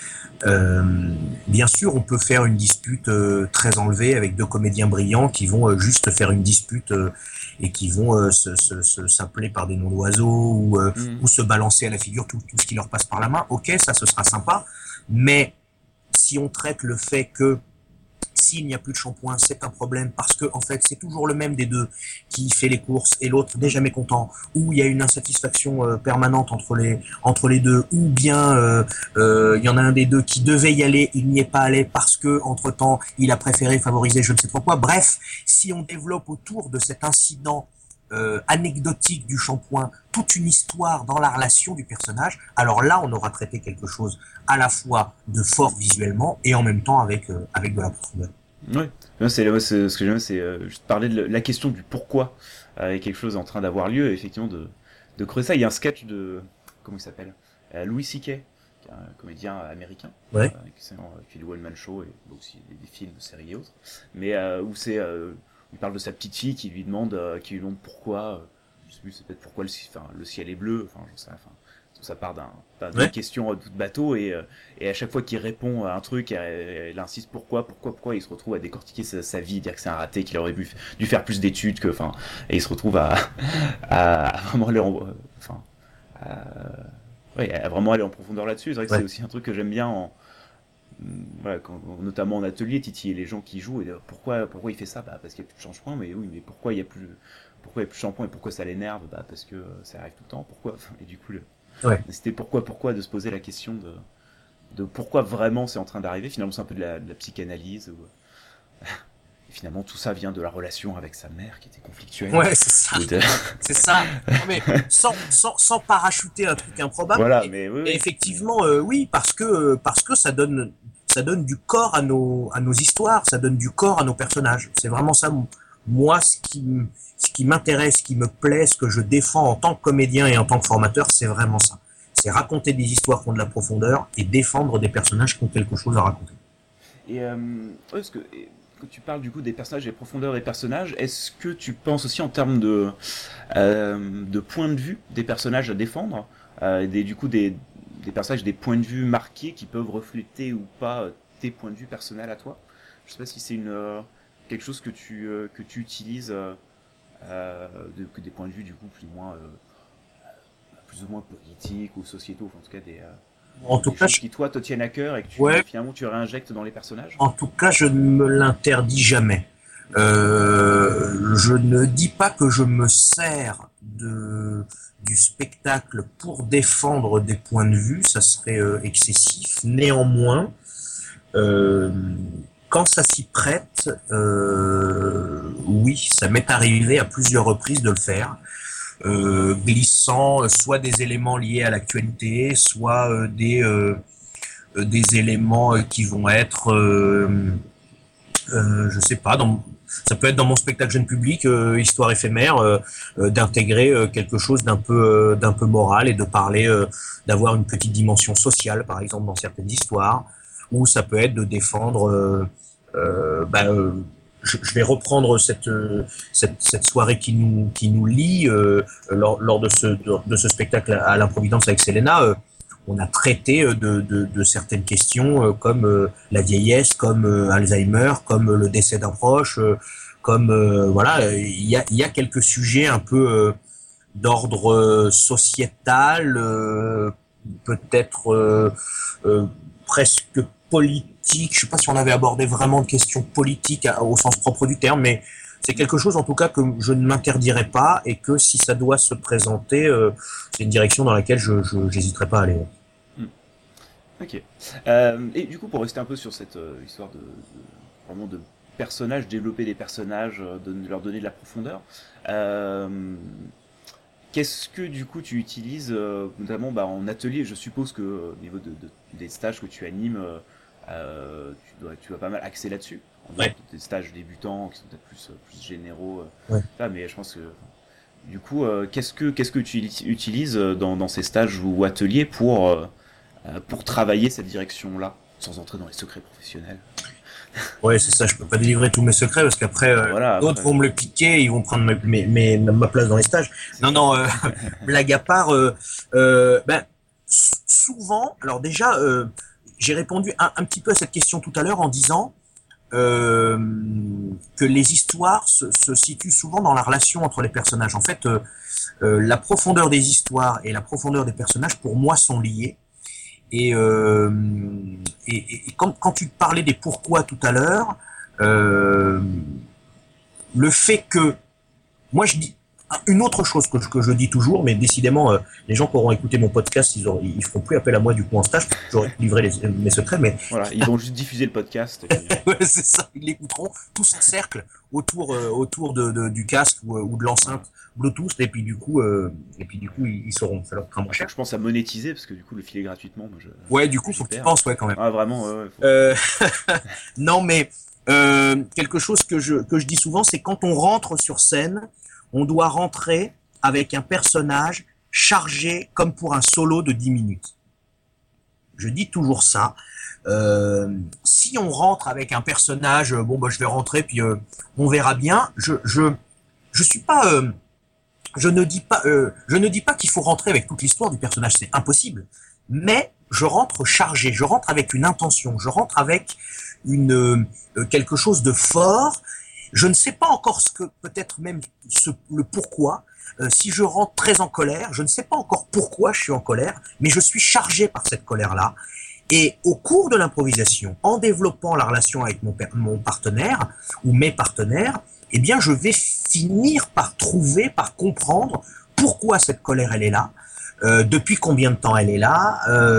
Bien sûr, on peut faire une dispute très enlevée avec 2 comédiens brillants qui vont juste faire une dispute et qui vont s'appeler par des noms d'oiseaux ou se balancer à la figure tout ce qui leur passe par la main. Ok, ça, ce sera sympa. Mais si on traite le fait que s'il n'y a plus de shampoing, c'est un problème parce que en fait c'est toujours le même des deux qui fait les courses et l'autre n'est jamais content, ou il y a une insatisfaction permanente entre les deux, ou bien il y en a un des deux qui devait y aller, il n'y est pas allé parce que entre-temps il a préféré favoriser je ne sais trop quoi. Bref, si on développe autour de cet incident anecdotique du shampoing, toute une histoire dans la relation du personnage, alors là, on aura traité quelque chose à la fois de fort visuellement et en même temps avec de la profondeur. Ouais, c'est ce que j'aime, c'est juste parler de la question du pourquoi quelque chose est en train d'avoir lieu, et effectivement de creuser ça. Il y a un sketch de, comment il s'appelle, Louis C.K., qui est un comédien américain, Ouais. qui fait du one-man show et aussi des films, séries et autres, mais où il parle de sa petite fille qui lui demande pourquoi, je sais plus, c'est peut-être pourquoi le ciel est bleu, enfin, j'en sais rien, enfin, ça part d'une Ouais. question toute bateau, et à chaque fois qu'il répond à un truc, elle insiste pourquoi, il se retrouve à décortiquer sa vie, dire que c'est un raté, qu'il aurait dû faire plus d'études, et il se retrouve à vraiment aller à vraiment aller en profondeur là-dessus. C'est vrai que Ouais. c'est aussi un truc que j'aime bien voilà, notamment en atelier, titiller les gens qui jouent et dire pourquoi il fait ça, parce qu'il n'y a plus de shampoing, mais oui, mais pourquoi il n'y a plus de shampoing et pourquoi ça l'énerve, parce que ça arrive tout le temps, pourquoi, et du coup Ouais. c'était pourquoi de se poser la question de pourquoi vraiment c'est en train d'arriver. Finalement, c'est un peu de la psychanalyse. Finalement, tout ça vient de la relation avec sa mère qui était conflictuelle. Ouais, c'est ça. De... C'est ça. Non, mais sans parachuter un truc improbable. Voilà, mais oui, et effectivement, oui, parce que ça donne du corps à nos histoires, ça donne du corps à nos personnages. C'est vraiment ça, moi, ce qui m'intéresse, ce qui me plaît, ce que je défends en tant que comédien et en tant que formateur, c'est vraiment ça. C'est raconter des histoires qui ont de la profondeur et défendre des personnages qui ont quelque chose à raconter. Et parce que quand tu parles du coup des personnages, des profondeurs des personnages, est-ce que tu penses aussi en termes de point de vue des personnages à défendre, du coup des personnages, des points de vue marqués qui peuvent refléter ou pas tes points de vue personnels à toi? Je sais pas si c'est quelque chose que tu utilises, que des points de vue du coup plus ou moins politiques ou sociétaux, enfin, en tout cas En tout des cas, choses qui toi te tiennent à cœur et que finalement tu réinjectes dans les personnages. en tout cas, je ne me l'interdis jamais. Je ne dis pas que je me sers du spectacle pour défendre des points de vue, ça serait excessif. Néanmoins, quand ça s'y prête, oui, ça m'est arrivé à plusieurs reprises de le faire. Glissant soit des éléments liés à l'actualité, soit des éléments qui vont être, je sais pas, ça peut être dans mon spectacle jeune public, histoire éphémère, d'intégrer quelque chose d'un peu moral et de parler, d'avoir une petite dimension sociale, par exemple, dans certaines histoires, ou ça peut être de défendre, je vais reprendre cette soirée qui nous lie lors de ce spectacle à l'Improvidence avec Selena. On a traité de certaines questions comme la vieillesse, comme Alzheimer, comme le décès d'un proche, comme voilà, il y a quelques sujets un peu d'ordre sociétal, peut-être presque politique. Je sais pas si on avait abordé vraiment de questions politiques au sens propre du terme, mais c'est quelque chose en tout cas que je ne m'interdirai pas et que si ça doit se présenter, c'est une direction dans laquelle je n'hésiterai pas à aller. Ok. Et du coup, pour rester un peu sur cette histoire vraiment de personnages, développer des personnages, de leur donner de la profondeur, qu'est-ce que du coup tu utilises, notamment en atelier? Je suppose que au niveau des stages que tu animes, tu dois pas mal axer là-dessus. Ouais. Des stages débutants qui sont peut-être plus généraux. Ouais. Mais je pense que du coup, qu'est-ce que tu utilises dans ces stages ou ateliers pour travailler cette direction-là, sans entrer dans les secrets professionnels? Ouais, c'est ça, je peux pas délivrer tous mes secrets parce qu'après, d'autres vont me le piquer, ils vont prendre ma place dans les stages. Non, blague à part, souvent, alors déjà, j'ai répondu un petit peu à cette question tout à l'heure en disant que les histoires se situent souvent dans la relation entre les personnages. En fait, la profondeur des histoires et la profondeur des personnages, pour moi, sont liées. Et quand tu parlais des pourquoi tout à l'heure, le fait que, moi je dis, Une autre chose que je dis toujours, mais décidément, les gens qui auront écouté mon podcast, ils feront plus appel à moi du coup en stage, parce que j'aurais livré mes secrets, mais... Voilà, ils vont juste diffuser le podcast. Ouais, c'est ça, ils l'écouteront tous en cercle autour du casque ou de l'enceinte Bluetooth, et puis du coup, ils sauront, ça leur coûtera moins cher. Je pense à monétiser, parce que du coup, le filer gratuitement. Ouais, du coup, faut que tu penses, ouais, quand même. Ah, vraiment, ouais. Non, mais quelque chose que je dis souvent, c'est quand on rentre sur scène, on doit rentrer avec un personnage chargé comme pour un solo de 10 minutes. Je dis toujours ça. Si on rentre avec un personnage, je vais rentrer puis on verra bien. Je suis pas, je ne dis pas qu'il faut rentrer avec toute l'histoire du personnage, c'est impossible. Mais je rentre chargé, je rentre avec une intention, je rentre avec quelque chose de fort. Je ne sais pas encore peut-être même le pourquoi. Si je rentre très en colère, je ne sais pas encore pourquoi je suis en colère, mais je suis chargé par cette colère-là. Et au cours de l'improvisation, en développant la relation avec mon partenaire ou mes partenaires, eh bien, je vais finir par comprendre pourquoi cette colère elle est là. Depuis combien de temps elle est là,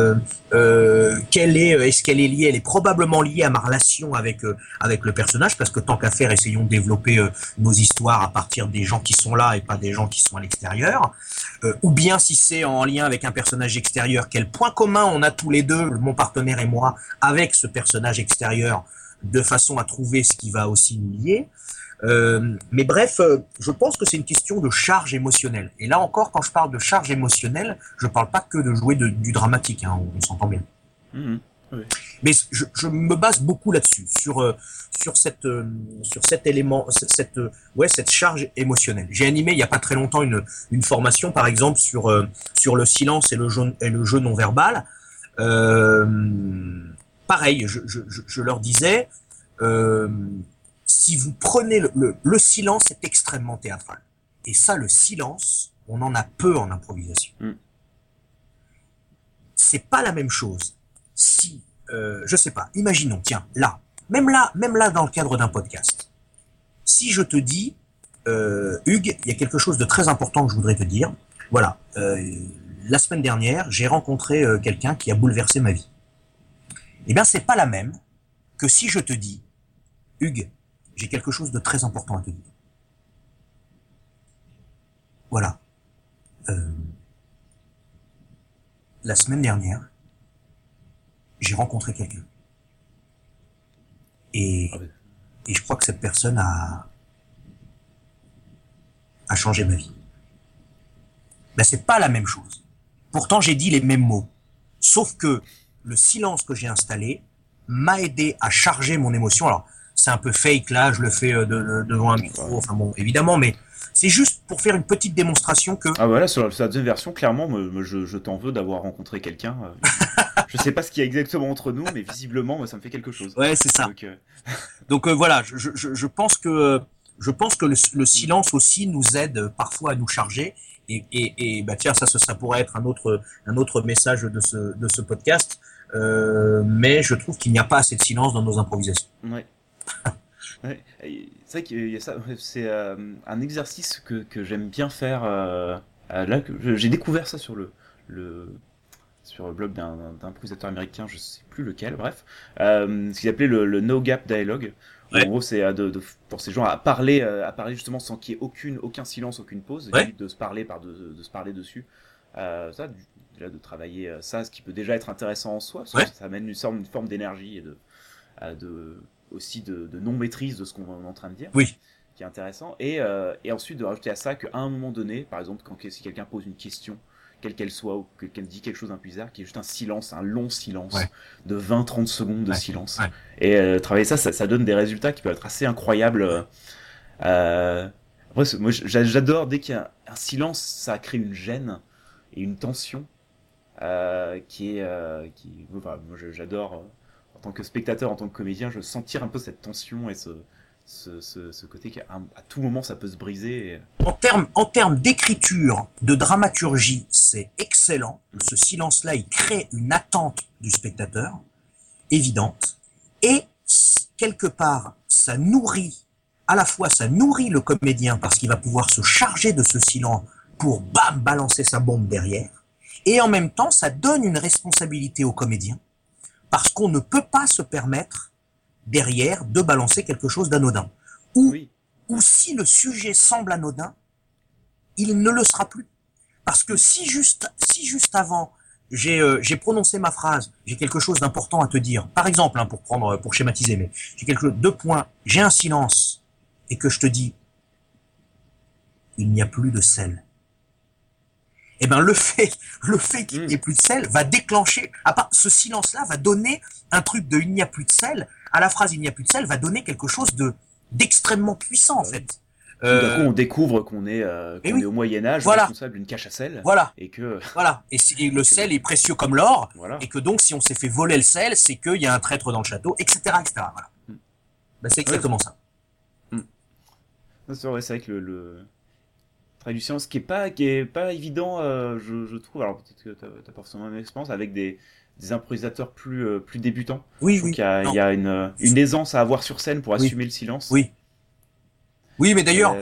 est-ce qu'elle est liée, elle est probablement liée à ma relation avec le personnage, parce que tant qu'à faire, essayons de développer nos histoires à partir des gens qui sont là et pas des gens qui sont à l'extérieur, ou bien si c'est en lien avec un personnage extérieur, quel point commun on a tous les deux, mon partenaire et moi, avec ce personnage extérieur, de façon à trouver ce qui va aussi nous lier. Mais bref, je pense que c'est une question de charge émotionnelle. Et là encore, quand je parle de charge émotionnelle, je parle pas que de jouer du dramatique, hein, on s'entend bien. Mmh, oui. Mais je me base beaucoup là-dessus, sur cet élément, cette charge émotionnelle. J'ai animé il y a pas très longtemps une formation, par exemple, sur le silence et le jeu non verbal. Pareil, je leur disais. Si vous prenez le silence est extrêmement théâtral. Et ça, le silence, on en a peu en improvisation. C'est pas la même chose. Si, je sais pas, imaginons, tiens, même là, dans le cadre d'un podcast, si je te dis, Hugues, il y a quelque chose de très important que je voudrais te dire. Voilà, la semaine dernière, j'ai rencontré quelqu'un qui a bouleversé ma vie. Eh bien, c'est pas la même que si je te dis, Hugues, j'ai quelque chose de très important à te dire. Voilà. La semaine dernière, j'ai rencontré quelqu'un. Et je crois que cette personne a changé ma vie. Ben, c'est pas la même chose. Pourtant, j'ai dit les mêmes mots. Sauf que le silence que j'ai installé m'a aidé à charger mon émotion. Alors, c'est un peu fake là, je le fais devant un micro, enfin bon, évidemment, mais c'est juste pour faire une petite démonstration que... Ah voilà, sur la deuxième version, clairement, je t'en veux d'avoir rencontré quelqu'un. Je sais pas ce qu'il y a exactement entre nous, mais visiblement, ça me fait quelque chose. Ouais, c'est ça. Donc voilà, je pense que le silence aussi nous aide parfois à nous charger. Et bah tiens, ça pourrait être un autre message de ce podcast. Mais je trouve qu'il n'y a pas assez de silence dans nos improvisations. Ouais. Ouais, c'est vrai qu'il y a ça. C'est un exercice que j'aime bien faire. Là, j'ai découvert ça sur le blog d'un improvisateur américain, je sais plus lequel. Bref, ce qu'il appelait le no gap dialogue. Ouais. En gros, c'est pour ces gens à parler justement sans qu'il y ait aucun silence, aucune pause, et de se parler de se parler dessus. Ça, déjà de travailler ça, ce qui peut déjà être intéressant en soi, parce que ça amène une forme d'énergie et aussi de non-maîtrise de ce qu'on est en train de dire, qui est intéressant, et ensuite de rajouter à ça qu'à un moment donné, par exemple, si quelqu'un pose une question, quelle qu'elle soit, ou qu'elle dit quelque chose d'un peu bizarre, qui est juste un silence, un long silence, de 20-30 secondes de silence, et travailler ça donne des résultats qui peuvent être assez incroyables. Après, moi j'adore, dès qu'il y a un silence, ça crée une gêne et une tension enfin, moi j'adore, en tant que spectateur, en tant que comédien, je sentir un peu cette tension et ce côté qu'à tout moment ça peut se briser. En termes d'écriture, de dramaturgie, c'est excellent. Ce silence-là, il crée une attente du spectateur, évidente, et quelque part, ça nourrit à la fois ça nourrit le comédien parce qu'il va pouvoir se charger de ce silence pour bam balancer sa bombe derrière, et en même temps ça donne une responsabilité au comédien parce qu'on ne peut pas se permettre derrière de balancer quelque chose d'anodin. Ou si le sujet semble anodin, il ne le sera plus. Parce que si juste avant j'ai prononcé ma phrase, j'ai quelque chose d'important à te dire. Par exemple, hein, pour schématiser, mais j'ai deux points. J'ai un silence et que je te dis, il n'y a plus de sel. Eh ben le fait qu'il n'y ait plus de sel va déclencher. Ce silence-là va donner un truc de il n'y a plus de sel à la phrase il n'y a plus de sel va donner quelque chose d'extrêmement puissant en fait. Tout d'un coup, on découvre qu'on est au Moyen-Âge, responsable d'une cache à sel. Voilà. Et que. Voilà. Et le sel est précieux comme l'or. Voilà. Et que donc, si on s'est fait voler le sel, c'est qu'il y a un traître dans le château, etc., etc. Voilà. Ben, c'est exactement ça. C'est vrai que le travail du silence qui est pas évident, je trouve. Alors peut-être que t'as pas forcément une expérience avec des improvisateurs plus débutants. Oui. Il y a une aisance à avoir sur scène pour assumer le silence. Oui, mais d'ailleurs,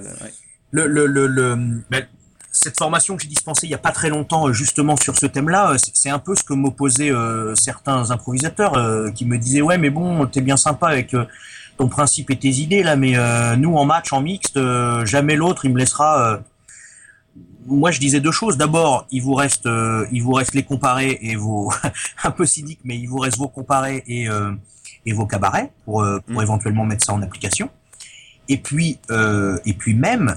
cette formation que j'ai dispensée il n'y a pas très longtemps, justement sur ce thème-là, c'est un peu ce que m'opposaient certains improvisateurs qui me disaient ouais, mais bon, t'es bien sympa avec ton principe et tes idées là, mais nous en match, en mixte, jamais l'autre il me laissera. Moi, je disais deux choses. D'abord, il vous reste les comparés et vos un peu cynique, mais il vous reste vos comparés et vos cabarets pour éventuellement mettre ça en application. Et puis même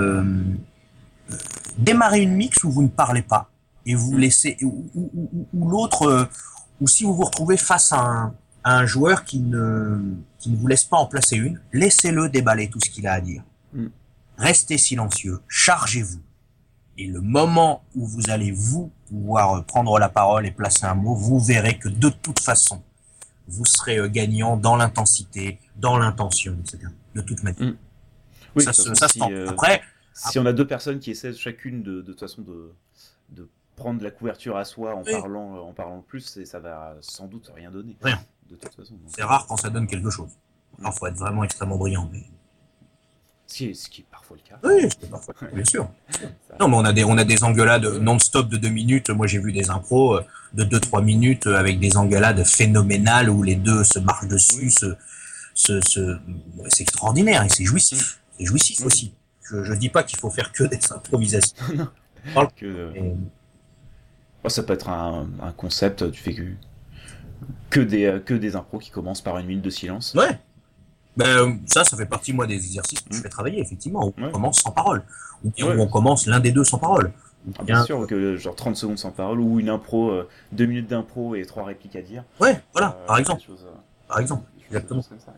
démarrer une mix où vous ne parlez pas et vous laissez ou l'autre ou si vous vous retrouvez face à un joueur qui ne vous laisse pas en placer une, laissez-le déballer tout ce qu'il a à dire. Restez silencieux, chargez-vous. Et le moment où vous allez vous pouvoir prendre la parole et placer un mot, vous verrez que de toute façon, vous serez gagnant dans l'intensité, dans l'intention, etc. De toute manière. Oui, ça se tente. Après, si on a deux personnes qui essaient chacune de toute façon de prendre la couverture à soi en parlant le plus, ça va sans doute rien donner. Rien. De toute façon. C'est rare quand ça donne quelque chose. Il faut être vraiment extrêmement brillant. Mais... Ce qui est parfois le cas. Oui, c'est parfois, bien sûr. Non, mais on a des engueulades non-stop de 2 minutes. Moi, j'ai vu des impros de 2-3 minutes avec des engueulades phénoménales où les deux se marchent dessus. C'est extraordinaire et c'est jouissif. C'est jouissif aussi. Je dis pas qu'il faut faire que des improvisations. Non. Ça peut être un concept. Tu fais que des impros qui commencent par 1 minute de silence. Ouais. Ça fait partie, moi, des exercices que je fais travailler, effectivement. On commence sans parole. Ou bien on commence l'un des deux sans parole. Bien sûr que genre 30 secondes sans parole ou une impro, 2 minutes d'impro et 3 répliques à dire. Ouais, voilà, par exemple. Exactement. Comme ça.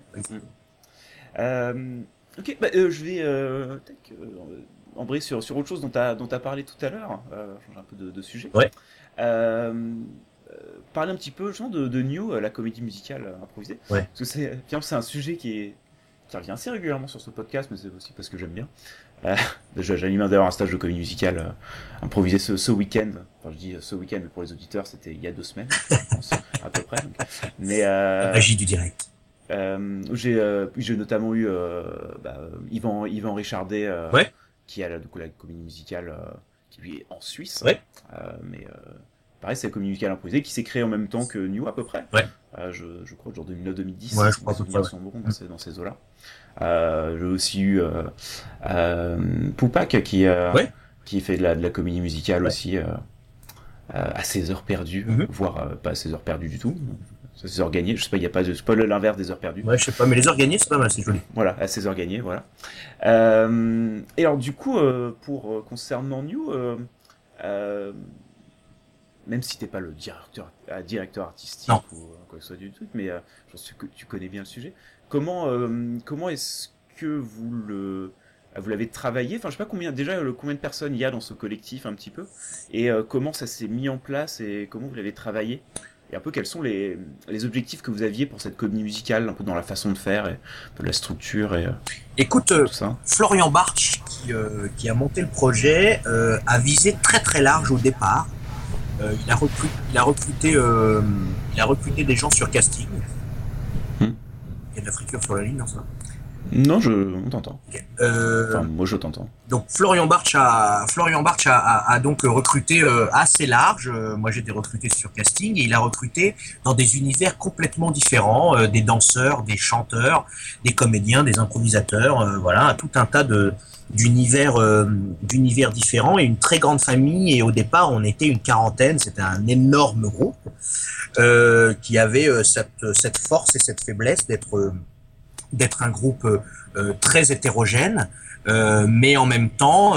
Ok, je vais embrayer sur autre chose dont tu as parlé tout à l'heure. Changer un peu de sujet. Ouais. Parler un petit peu justement de New, la comédie musicale improvisée. Ouais. Parce que c'est un sujet qui revient assez régulièrement sur ce podcast, mais c'est aussi parce que j'aime bien. J'anime d'ailleurs un stage de comédie musicale improvisé ce week-end. Enfin, je dis ce week-end, mais pour les auditeurs, c'était il y a 2 semaines, je pense, à peu près. Donc. Mais la magie du direct. J'ai notamment eu Yvan Richardet, qui a du coup la comédie musicale qui lui est en Suisse. Ouais. Mais pareil, c'est la comédie musicale improvisée qui s'est créée en même temps que New à peu près. Ouais. Je crois genre 2009-2010. Ouais, je crois que c'est sont bons dans ces eaux-là. J'ai aussi eu Poupac qui fait de la comédie musicale aussi à ses heures perdues, voire pas à ses heures perdues du tout. Ses heures gagnées, je sais pas, il n'y a pas de spoil l'inverse des heures perdues. Ouais, je sais pas, mais les heures gagnées, c'est pas mal, c'est joli. Voilà, à ses heures gagnées, voilà. Et alors, du coup, concernant New, même si t'es pas le directeur artistique ou quoi que ce soit du truc, mais je sais que tu connais bien le sujet. Comment est-ce que vous l'avez travaillé? Enfin, je sais pas combien de personnes il y a dans ce collectif un petit peu, et comment ça s'est mis en place et comment vous l'avez travaillé? Et un peu quels sont les objectifs que vous aviez pour cette comédie musicale, un peu dans la façon de faire, et un peu la structure et écoute, tout ça. Florian Bartsch, qui a monté le projet, a visé très très large au départ. Il a recruté des gens sur casting. Il y a de la friture sur la ligne, non ça. Non, on t'entend. Okay. Enfin, moi je t'entends. Donc Florian Bartsch a donc recruté assez large. Moi j'étais recruté sur casting et il a recruté dans des univers complètement différents, des danseurs, des chanteurs, des comédiens, des improvisateurs, voilà, tout un tas d'univers différents et une très grande famille. Et au départ on était une quarantaine, c'était un énorme groupe qui avait cette force et cette faiblesse d'être un groupe très hétérogène, mais en même temps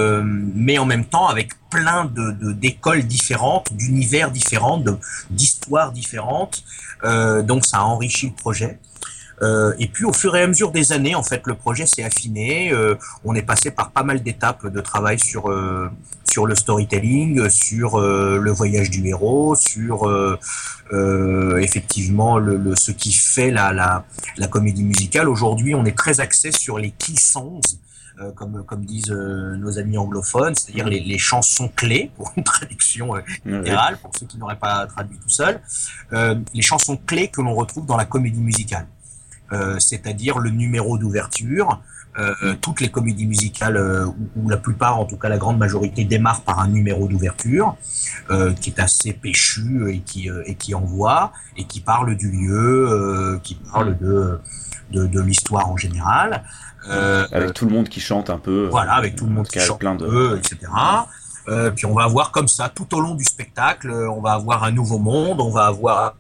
avec plein d'écoles différentes, d'univers différents, d'histoires différentes. Donc ça a enrichi le projet. Et puis au fur et à mesure des années, en fait, le projet s'est affiné. On est passé par pas mal d'étapes de travail sur le storytelling, sur le voyage du héros, sur effectivement ce qui fait la comédie musicale. Aujourd'hui, on est très axé sur les key songs, comme disent nos amis anglophones, c'est-à-dire les chansons clés, pour une traduction littérale, pour ceux qui n'auraient pas traduit tout seuls, les chansons clés que l'on retrouve dans la comédie musicale. C'est-à-dire le numéro d'ouverture. Toutes les comédies musicales, ou la plupart, en tout cas la grande majorité, démarrent par un numéro d'ouverture qui est assez péchu et qui envoie et qui parle du lieu, qui parle de l'histoire en général. Avec tout le monde qui chante un peu. Voilà, avec tout le monde qui chante un peu, etc. Puis on va avoir comme ça, tout au long du spectacle, on va avoir un nouveau monde, on va avoir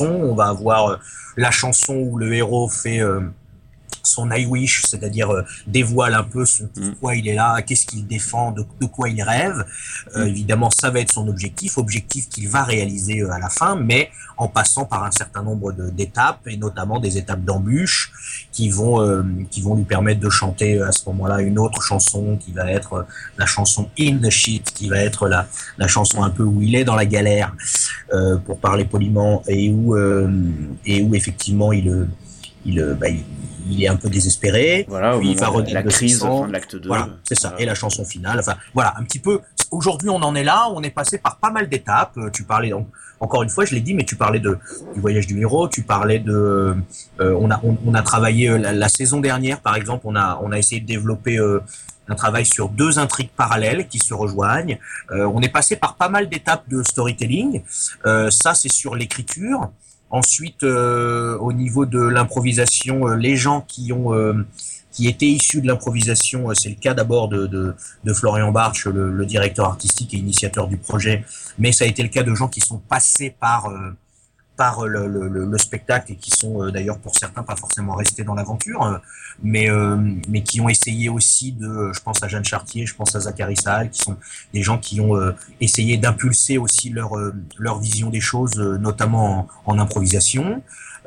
la chanson où le héros fait son I wish, c'est-à-dire dévoile un peu pourquoi il est là, qu'est-ce qu'il défend, de quoi il rêve. Évidemment, ça va être son objectif qu'il va réaliser à la fin, mais en passant par un certain nombre d'étapes, et notamment des étapes d'embûche qui vont lui permettre de chanter à ce moment-là une autre chanson qui va être la chanson In the Shit, qui va être la chanson un peu où il est dans la galère, pour parler poliment, et où effectivement il est un peu désespéré. Voilà, puis il va la crise fin de l'acte 2. Voilà, c'est ça. Et la chanson finale. Enfin, voilà, un petit peu. Aujourd'hui, on en est là. On est passé par pas mal d'étapes. Tu parlais, donc, encore une fois, je l'ai dit, mais tu parlais du voyage du héros. Tu parlais on a travaillé la saison dernière, par exemple. On a essayé de développer un travail sur 2 intrigues parallèles qui se rejoignent. On est passé par pas mal d'étapes de storytelling. Ça, c'est sur l'écriture. Ensuite, au niveau de l'improvisation, les gens qui étaient issus de l'improvisation, c'est le cas d'abord de Florian Bartsch, le directeur artistique et initiateur du projet, mais ça a été le cas de gens qui sont passés par le spectacle et qui sont d'ailleurs pour certains pas forcément restés dans l'aventure, mais qui ont essayé aussi je pense à Jeanne Chartier, je pense à Zachary Sahal, qui sont des gens qui ont essayé d'impulser aussi leur vision des choses, notamment en improvisation.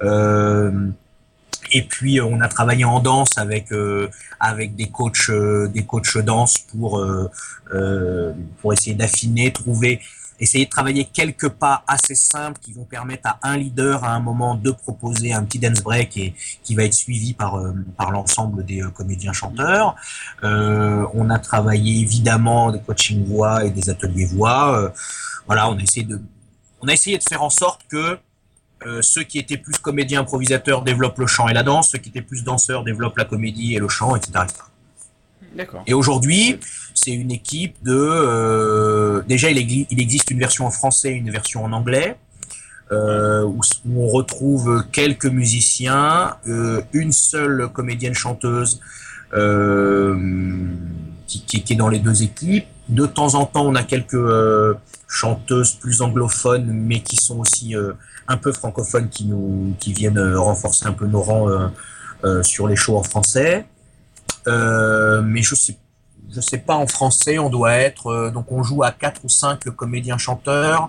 Et puis on a travaillé en danse avec des coachs danse pour essayer d'affiner, essayer de travailler quelques pas assez simples qui vont permettre à un leader à un moment de proposer un petit dance break et qui va être suivi par l'ensemble des comédiens chanteurs. On a travaillé évidemment des coaching voix et des ateliers voix. Voilà, on a essayé de faire en sorte que ceux qui étaient plus comédiens improvisateurs développent le chant et la danse, ceux qui étaient plus danseurs développent la comédie et le chant, etc. D'accord. Et aujourd'hui, c'est une équipe déjà il existe une version en français et une version en anglais, où on retrouve quelques musiciens, une seule comédienne chanteuse qui est dans les 2 équipes. De temps en temps, on a quelques chanteuses plus anglophones, mais qui sont aussi un peu francophones, qui viennent renforcer un peu nos rangs sur les shows en français. Mais je sais pas, en français, on doit être, donc on joue à 4 ou 5 comédiens chanteurs,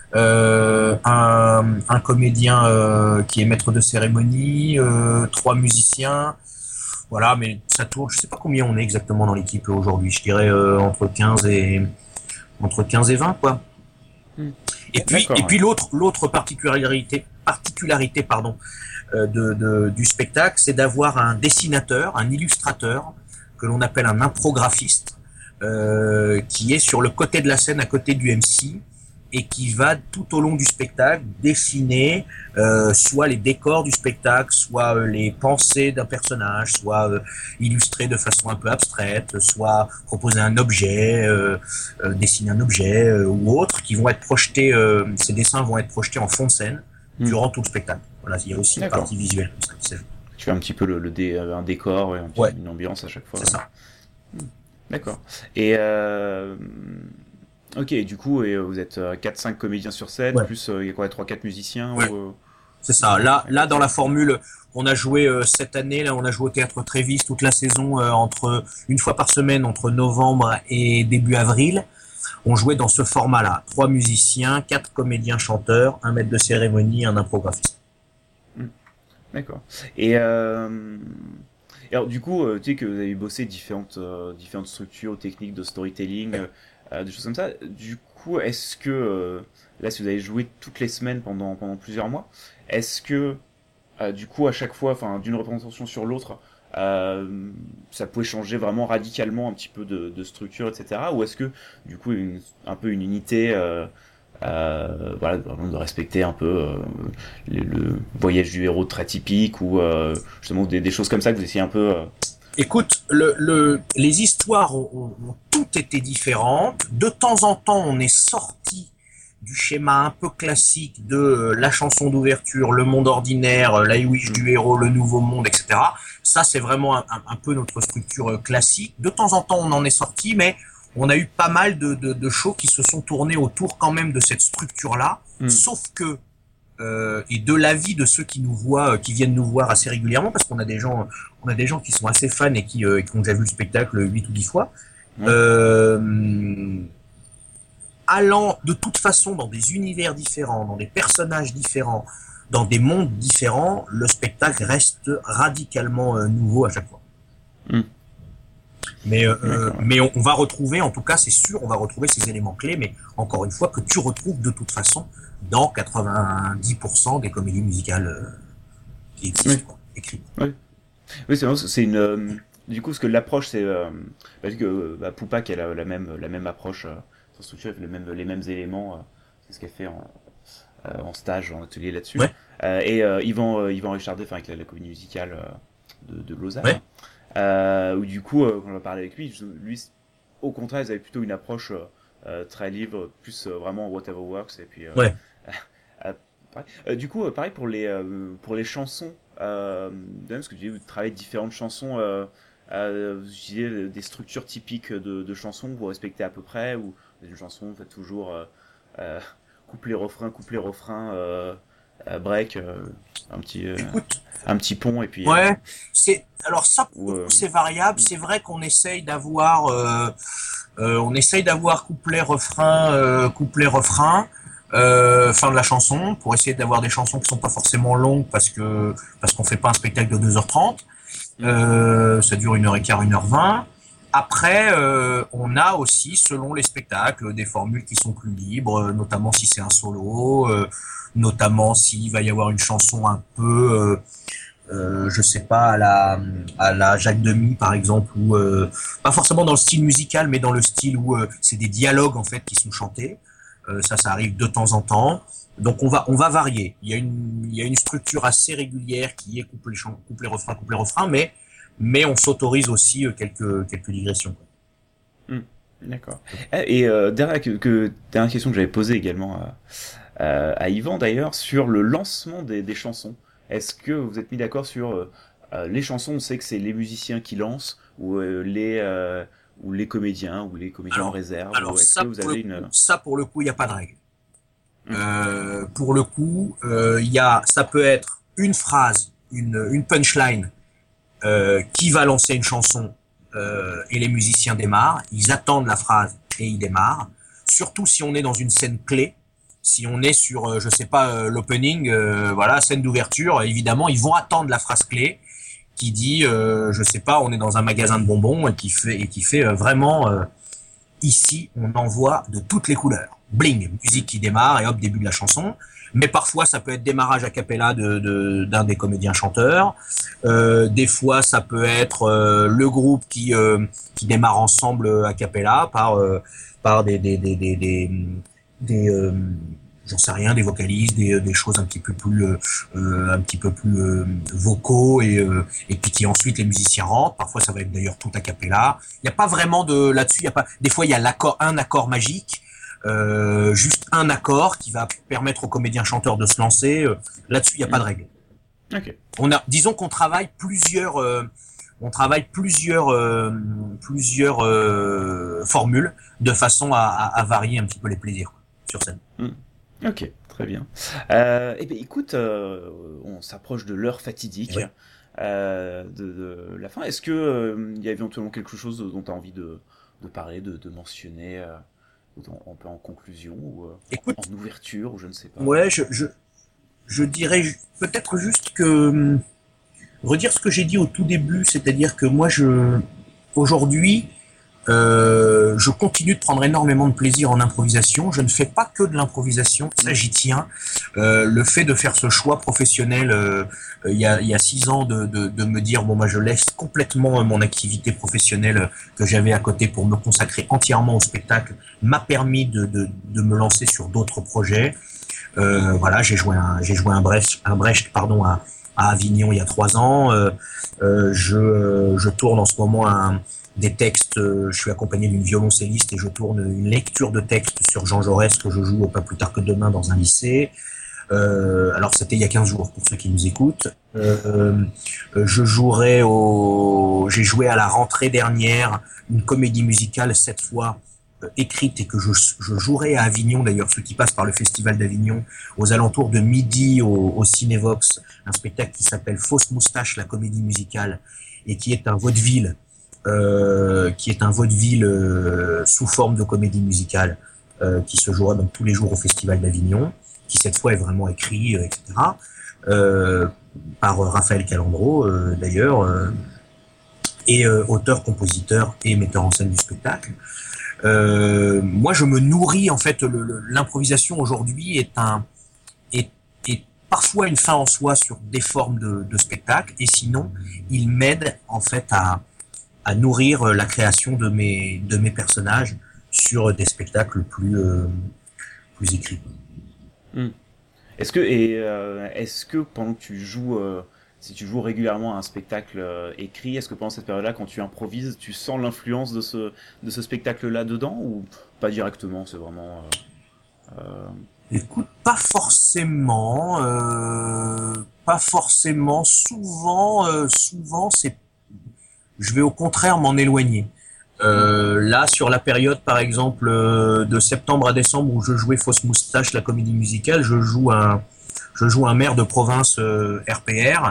un comédien qui est maître de cérémonie, 3 musiciens, voilà, mais ça tourne, je sais pas combien on est exactement dans l'équipe aujourd'hui, je dirais entre 15 et 20, quoi. Et puis l'autre particularité du spectacle, c'est d'avoir un dessinateur, un illustrateur, que l'on appelle un imprographiste, qui est sur le côté de la scène à côté du MC et qui va tout au long du spectacle dessiner soit les décors du spectacle, soit les pensées d'un personnage, soit illustrer de façon un peu abstraite, soit proposer un objet, dessiner un objet ou autre, qui vont être projetés, ces dessins vont être projetés en fond de scène durant tout le spectacle. Voilà, il y a aussi une partie visuelle comme ça qui s'ajoute. Tu fais un petit peu un décor, une ambiance à chaque fois. C'est ça. D'accord. Et ok, du coup, vous êtes 4-5 comédiens sur scène, plus il y a quoi, 3-4 musiciens C'est ça. Là, dans la formule, on a joué cette année, là, on a joué au Théâtre Trévis toute la saison, une fois par semaine, entre novembre et début avril. On jouait dans ce format-là. 3 musiciens, 4 comédiens chanteurs, un maître de cérémonie, un imprographiste. D'accord. Et alors du coup, tu sais que vous avez bossé différentes structures, techniques de storytelling, des choses comme ça. Du coup, est-ce que là, si vous avez joué toutes les semaines pendant plusieurs mois, est-ce que du coup à chaque fois, enfin d'une représentation sur l'autre, ça pouvait changer vraiment radicalement un petit peu de structure, etc. Ou est-ce que du coup un peu une unité voilà, vraiment de respecter un peu le voyage du héros très typique ou justement des choses comme ça que vous essayez un peu Écoute, les histoires ont toutes été différentes. De temps en temps, on est sorti du schéma un peu classique de la chanson d'ouverture, le monde ordinaire, l'I-Wish du héros, le nouveau monde, etc. Ça, c'est vraiment un peu notre structure classique. De temps en temps, on en est sorti, mais on a eu pas mal de shows qui se sont tournés autour quand même de cette structure-là, sauf que et de l'avis de ceux qui nous voient, qui viennent nous voir assez régulièrement, parce qu'on a des gens qui sont assez fans et qui ont déjà vu le spectacle 8 ou 10 fois, allant de toute façon dans des univers différents, dans des personnages différents, dans des mondes différents, le spectacle reste radicalement nouveau à chaque fois. Mais on va retrouver, en tout cas c'est sûr, on va retrouver ces éléments clés, mais encore une fois que tu retrouves de toute façon dans 90% des comédies musicales qui existent, écrites. Oui, c'est une du coup, parce que l'approche, c'est parce que Poupac elle a la même approche, sa structure, les mêmes éléments, c'est ce qu'elle fait en stage, en atelier là-dessus. Et Yvan Richardet, enfin avec la comédie musicale de Lausanne. Où du coup, quand on a parlé avec lui, au contraire, ils avaient plutôt une approche très libre, plus vraiment whatever works. Et puis, du coup, pareil pour les chansons, parce que tu dis, vous travaillez différentes chansons, vous utilisez des structures typiques de chansons que vous respectez à peu près, ou une chanson, vous faites toujours couplet-refrain, break, un petit pont et puis alors ça c'est variable. C'est vrai qu'on essaye d'avoir couplet-refrain fin de la chanson, pour essayer d'avoir des chansons qui sont pas forcément longues parce qu'on fait pas un spectacle de 2h30. Ça dure 1h15, 1h20. Après, on a aussi, selon les spectacles, des formules qui sont plus libres, notamment si c'est un solo, notamment s'il va y avoir une chanson un peu, je sais pas, à la Jacques Demy par exemple, ou pas forcément dans le style musical, mais dans le style où c'est des dialogues en fait qui sont chantés. Ça arrive de temps en temps. Donc on va varier. Il y a une structure assez régulière qui est couplet-refrain, mais on s'autorise aussi quelques digressions. D'accord. Et dernière question que j'avais posée également à Yvan d'ailleurs, sur le lancement des chansons. Est-ce que vous êtes mis d'accord sur les chansons, on sait que c'est les musiciens qui lancent, ou les comédiens, ou les comédiens en réserve, alors ou est-ce que vous avez ça pour le coup, il n'y a pas de règle. Pour le coup, ça peut être une phrase, une punchline qui va lancer une chanson et les musiciens démarrent, ils attendent la phrase et ils démarrent. Surtout si on est dans une scène clé, si on est sur, je sais pas, l'opening, scène d'ouverture, évidemment, ils vont attendre la phrase clé qui dit, je sais pas, on est dans un magasin de bonbons et qui fait vraiment, ici, on envoie de toutes les couleurs. Bling, musique qui démarre et hop, début de la chanson. Mais parfois, ça peut être démarrage a cappella d'un des comédiens chanteurs. Des fois, ça peut être le groupe qui démarre ensemble a cappella par des j'en sais rien, des vocalistes, des choses un petit peu plus vocaux et puis qui ensuite les musiciens rentrent. Parfois ça va être d'ailleurs tout a cappella. Il n'y a pas vraiment là-dessus. Il y a pas. Des fois il y a un accord magique, juste un accord qui va permettre aux comédiens chanteurs de se lancer. Là-dessus il n'y a pas de règle. Okay. Disons qu'on travaille plusieurs formules de façon à varier un petit peu les plaisirs sur scène. Ok, très bien. Eh bien, écoute, on s'approche de l'heure fatidique, oui. de la fin. Est-ce que il y a éventuellement quelque chose dont tu as envie de parler, de mentionner, un peu en conclusion ou écoute, en ouverture, ou je ne sais pas. Ouais, je dirais peut-être juste que redire ce que j'ai dit au tout début, c'est-à-dire que moi, aujourd'hui, je continue de prendre énormément de plaisir en improvisation. Je ne fais pas que de l'improvisation, ça j'y tiens. Le fait de faire ce choix professionnel il y a 6 ans de me dire bon moi je laisse complètement mon activité professionnelle que j'avais à côté pour me consacrer entièrement au spectacle m'a permis de me lancer sur d'autres projets. Voilà, j'ai joué un Brecht à Avignon il y a 3 ans. Je tourne en ce moment des textes, je suis accompagné d'une violoncelliste et je tourne une lecture de textes sur Jean Jaurès que je joue pas plus tard que demain dans un lycée. Alors c'était il y a 15 jours pour ceux qui nous écoutent. J'ai joué à la rentrée dernière une comédie musicale, cette fois écrite et que je jouerai à Avignon, d'ailleurs ceux qui passent par le festival d'Avignon aux alentours de midi au Cinévox, un spectacle qui s'appelle Fausse Moustache, la comédie musicale, et qui est un vaudeville sous forme de comédie musicale qui se jouera donc tous les jours au Festival d'Avignon, qui cette fois est vraiment écrit, etc. Par Raphaël Calandro d'ailleurs, et auteur, compositeur et metteur en scène du spectacle. Moi je me nourris en fait, l'improvisation aujourd'hui est parfois une fin en soi sur des formes de spectacle, et sinon il m'aide en fait à nourrir la création de mes personnages sur des spectacles plus écrits. Est-ce que pendant que tu joues, si tu joues régulièrement à un spectacle écrit, est-ce que pendant cette période-là, quand tu improvises, tu sens l'influence de ce spectacle-là dedans, ou pas directement, c'est vraiment... Écoute, pas forcément. Souvent, je vais au contraire m'en éloigner. Là, sur la période, par exemple, de septembre à décembre, où je jouais Fausse Moustache, la comédie musicale, je joue un maire de province RPR,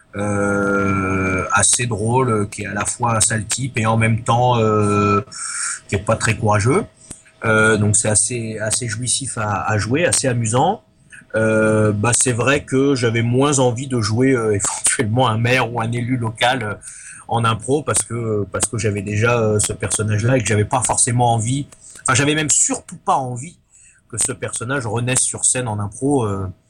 assez drôle, qui est à la fois un sale type et en même temps qui est pas très courageux. Donc c'est assez jouissif à jouer, assez amusant. C'est vrai que j'avais moins envie de jouer éventuellement un maire ou un élu local en impro parce que j'avais déjà ce personnage-là et que j'avais pas forcément envie, enfin j'avais même surtout pas envie que ce personnage renaisse sur scène en impro.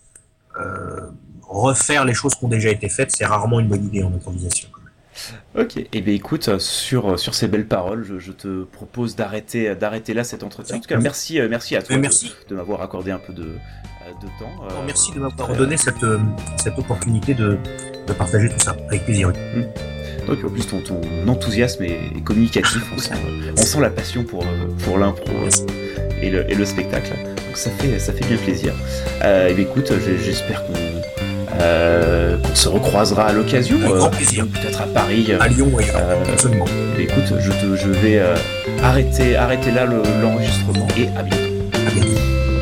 Refaire les choses qui ont déjà été faites, c'est rarement une bonne idée en improvisation. Ok, et bien écoute, sur ces belles paroles, je te propose d'arrêter là cet entretien. En tout cas, merci à toi de m'avoir accordé un peu de temps. Merci de m'avoir donné cette opportunité de partager tout ça, avec plaisir. Donc en plus ton enthousiasme est communicatif, on sent la passion pour l'impro et le spectacle. Donc ça fait bien plaisir. Et bien écoute, j'espère qu'on se recroisera à l'occasion, peut-être à Paris, à Lyon, oui, absolument. Écoute, je vais arrêter là l'enregistrement et à bientôt. À bientôt.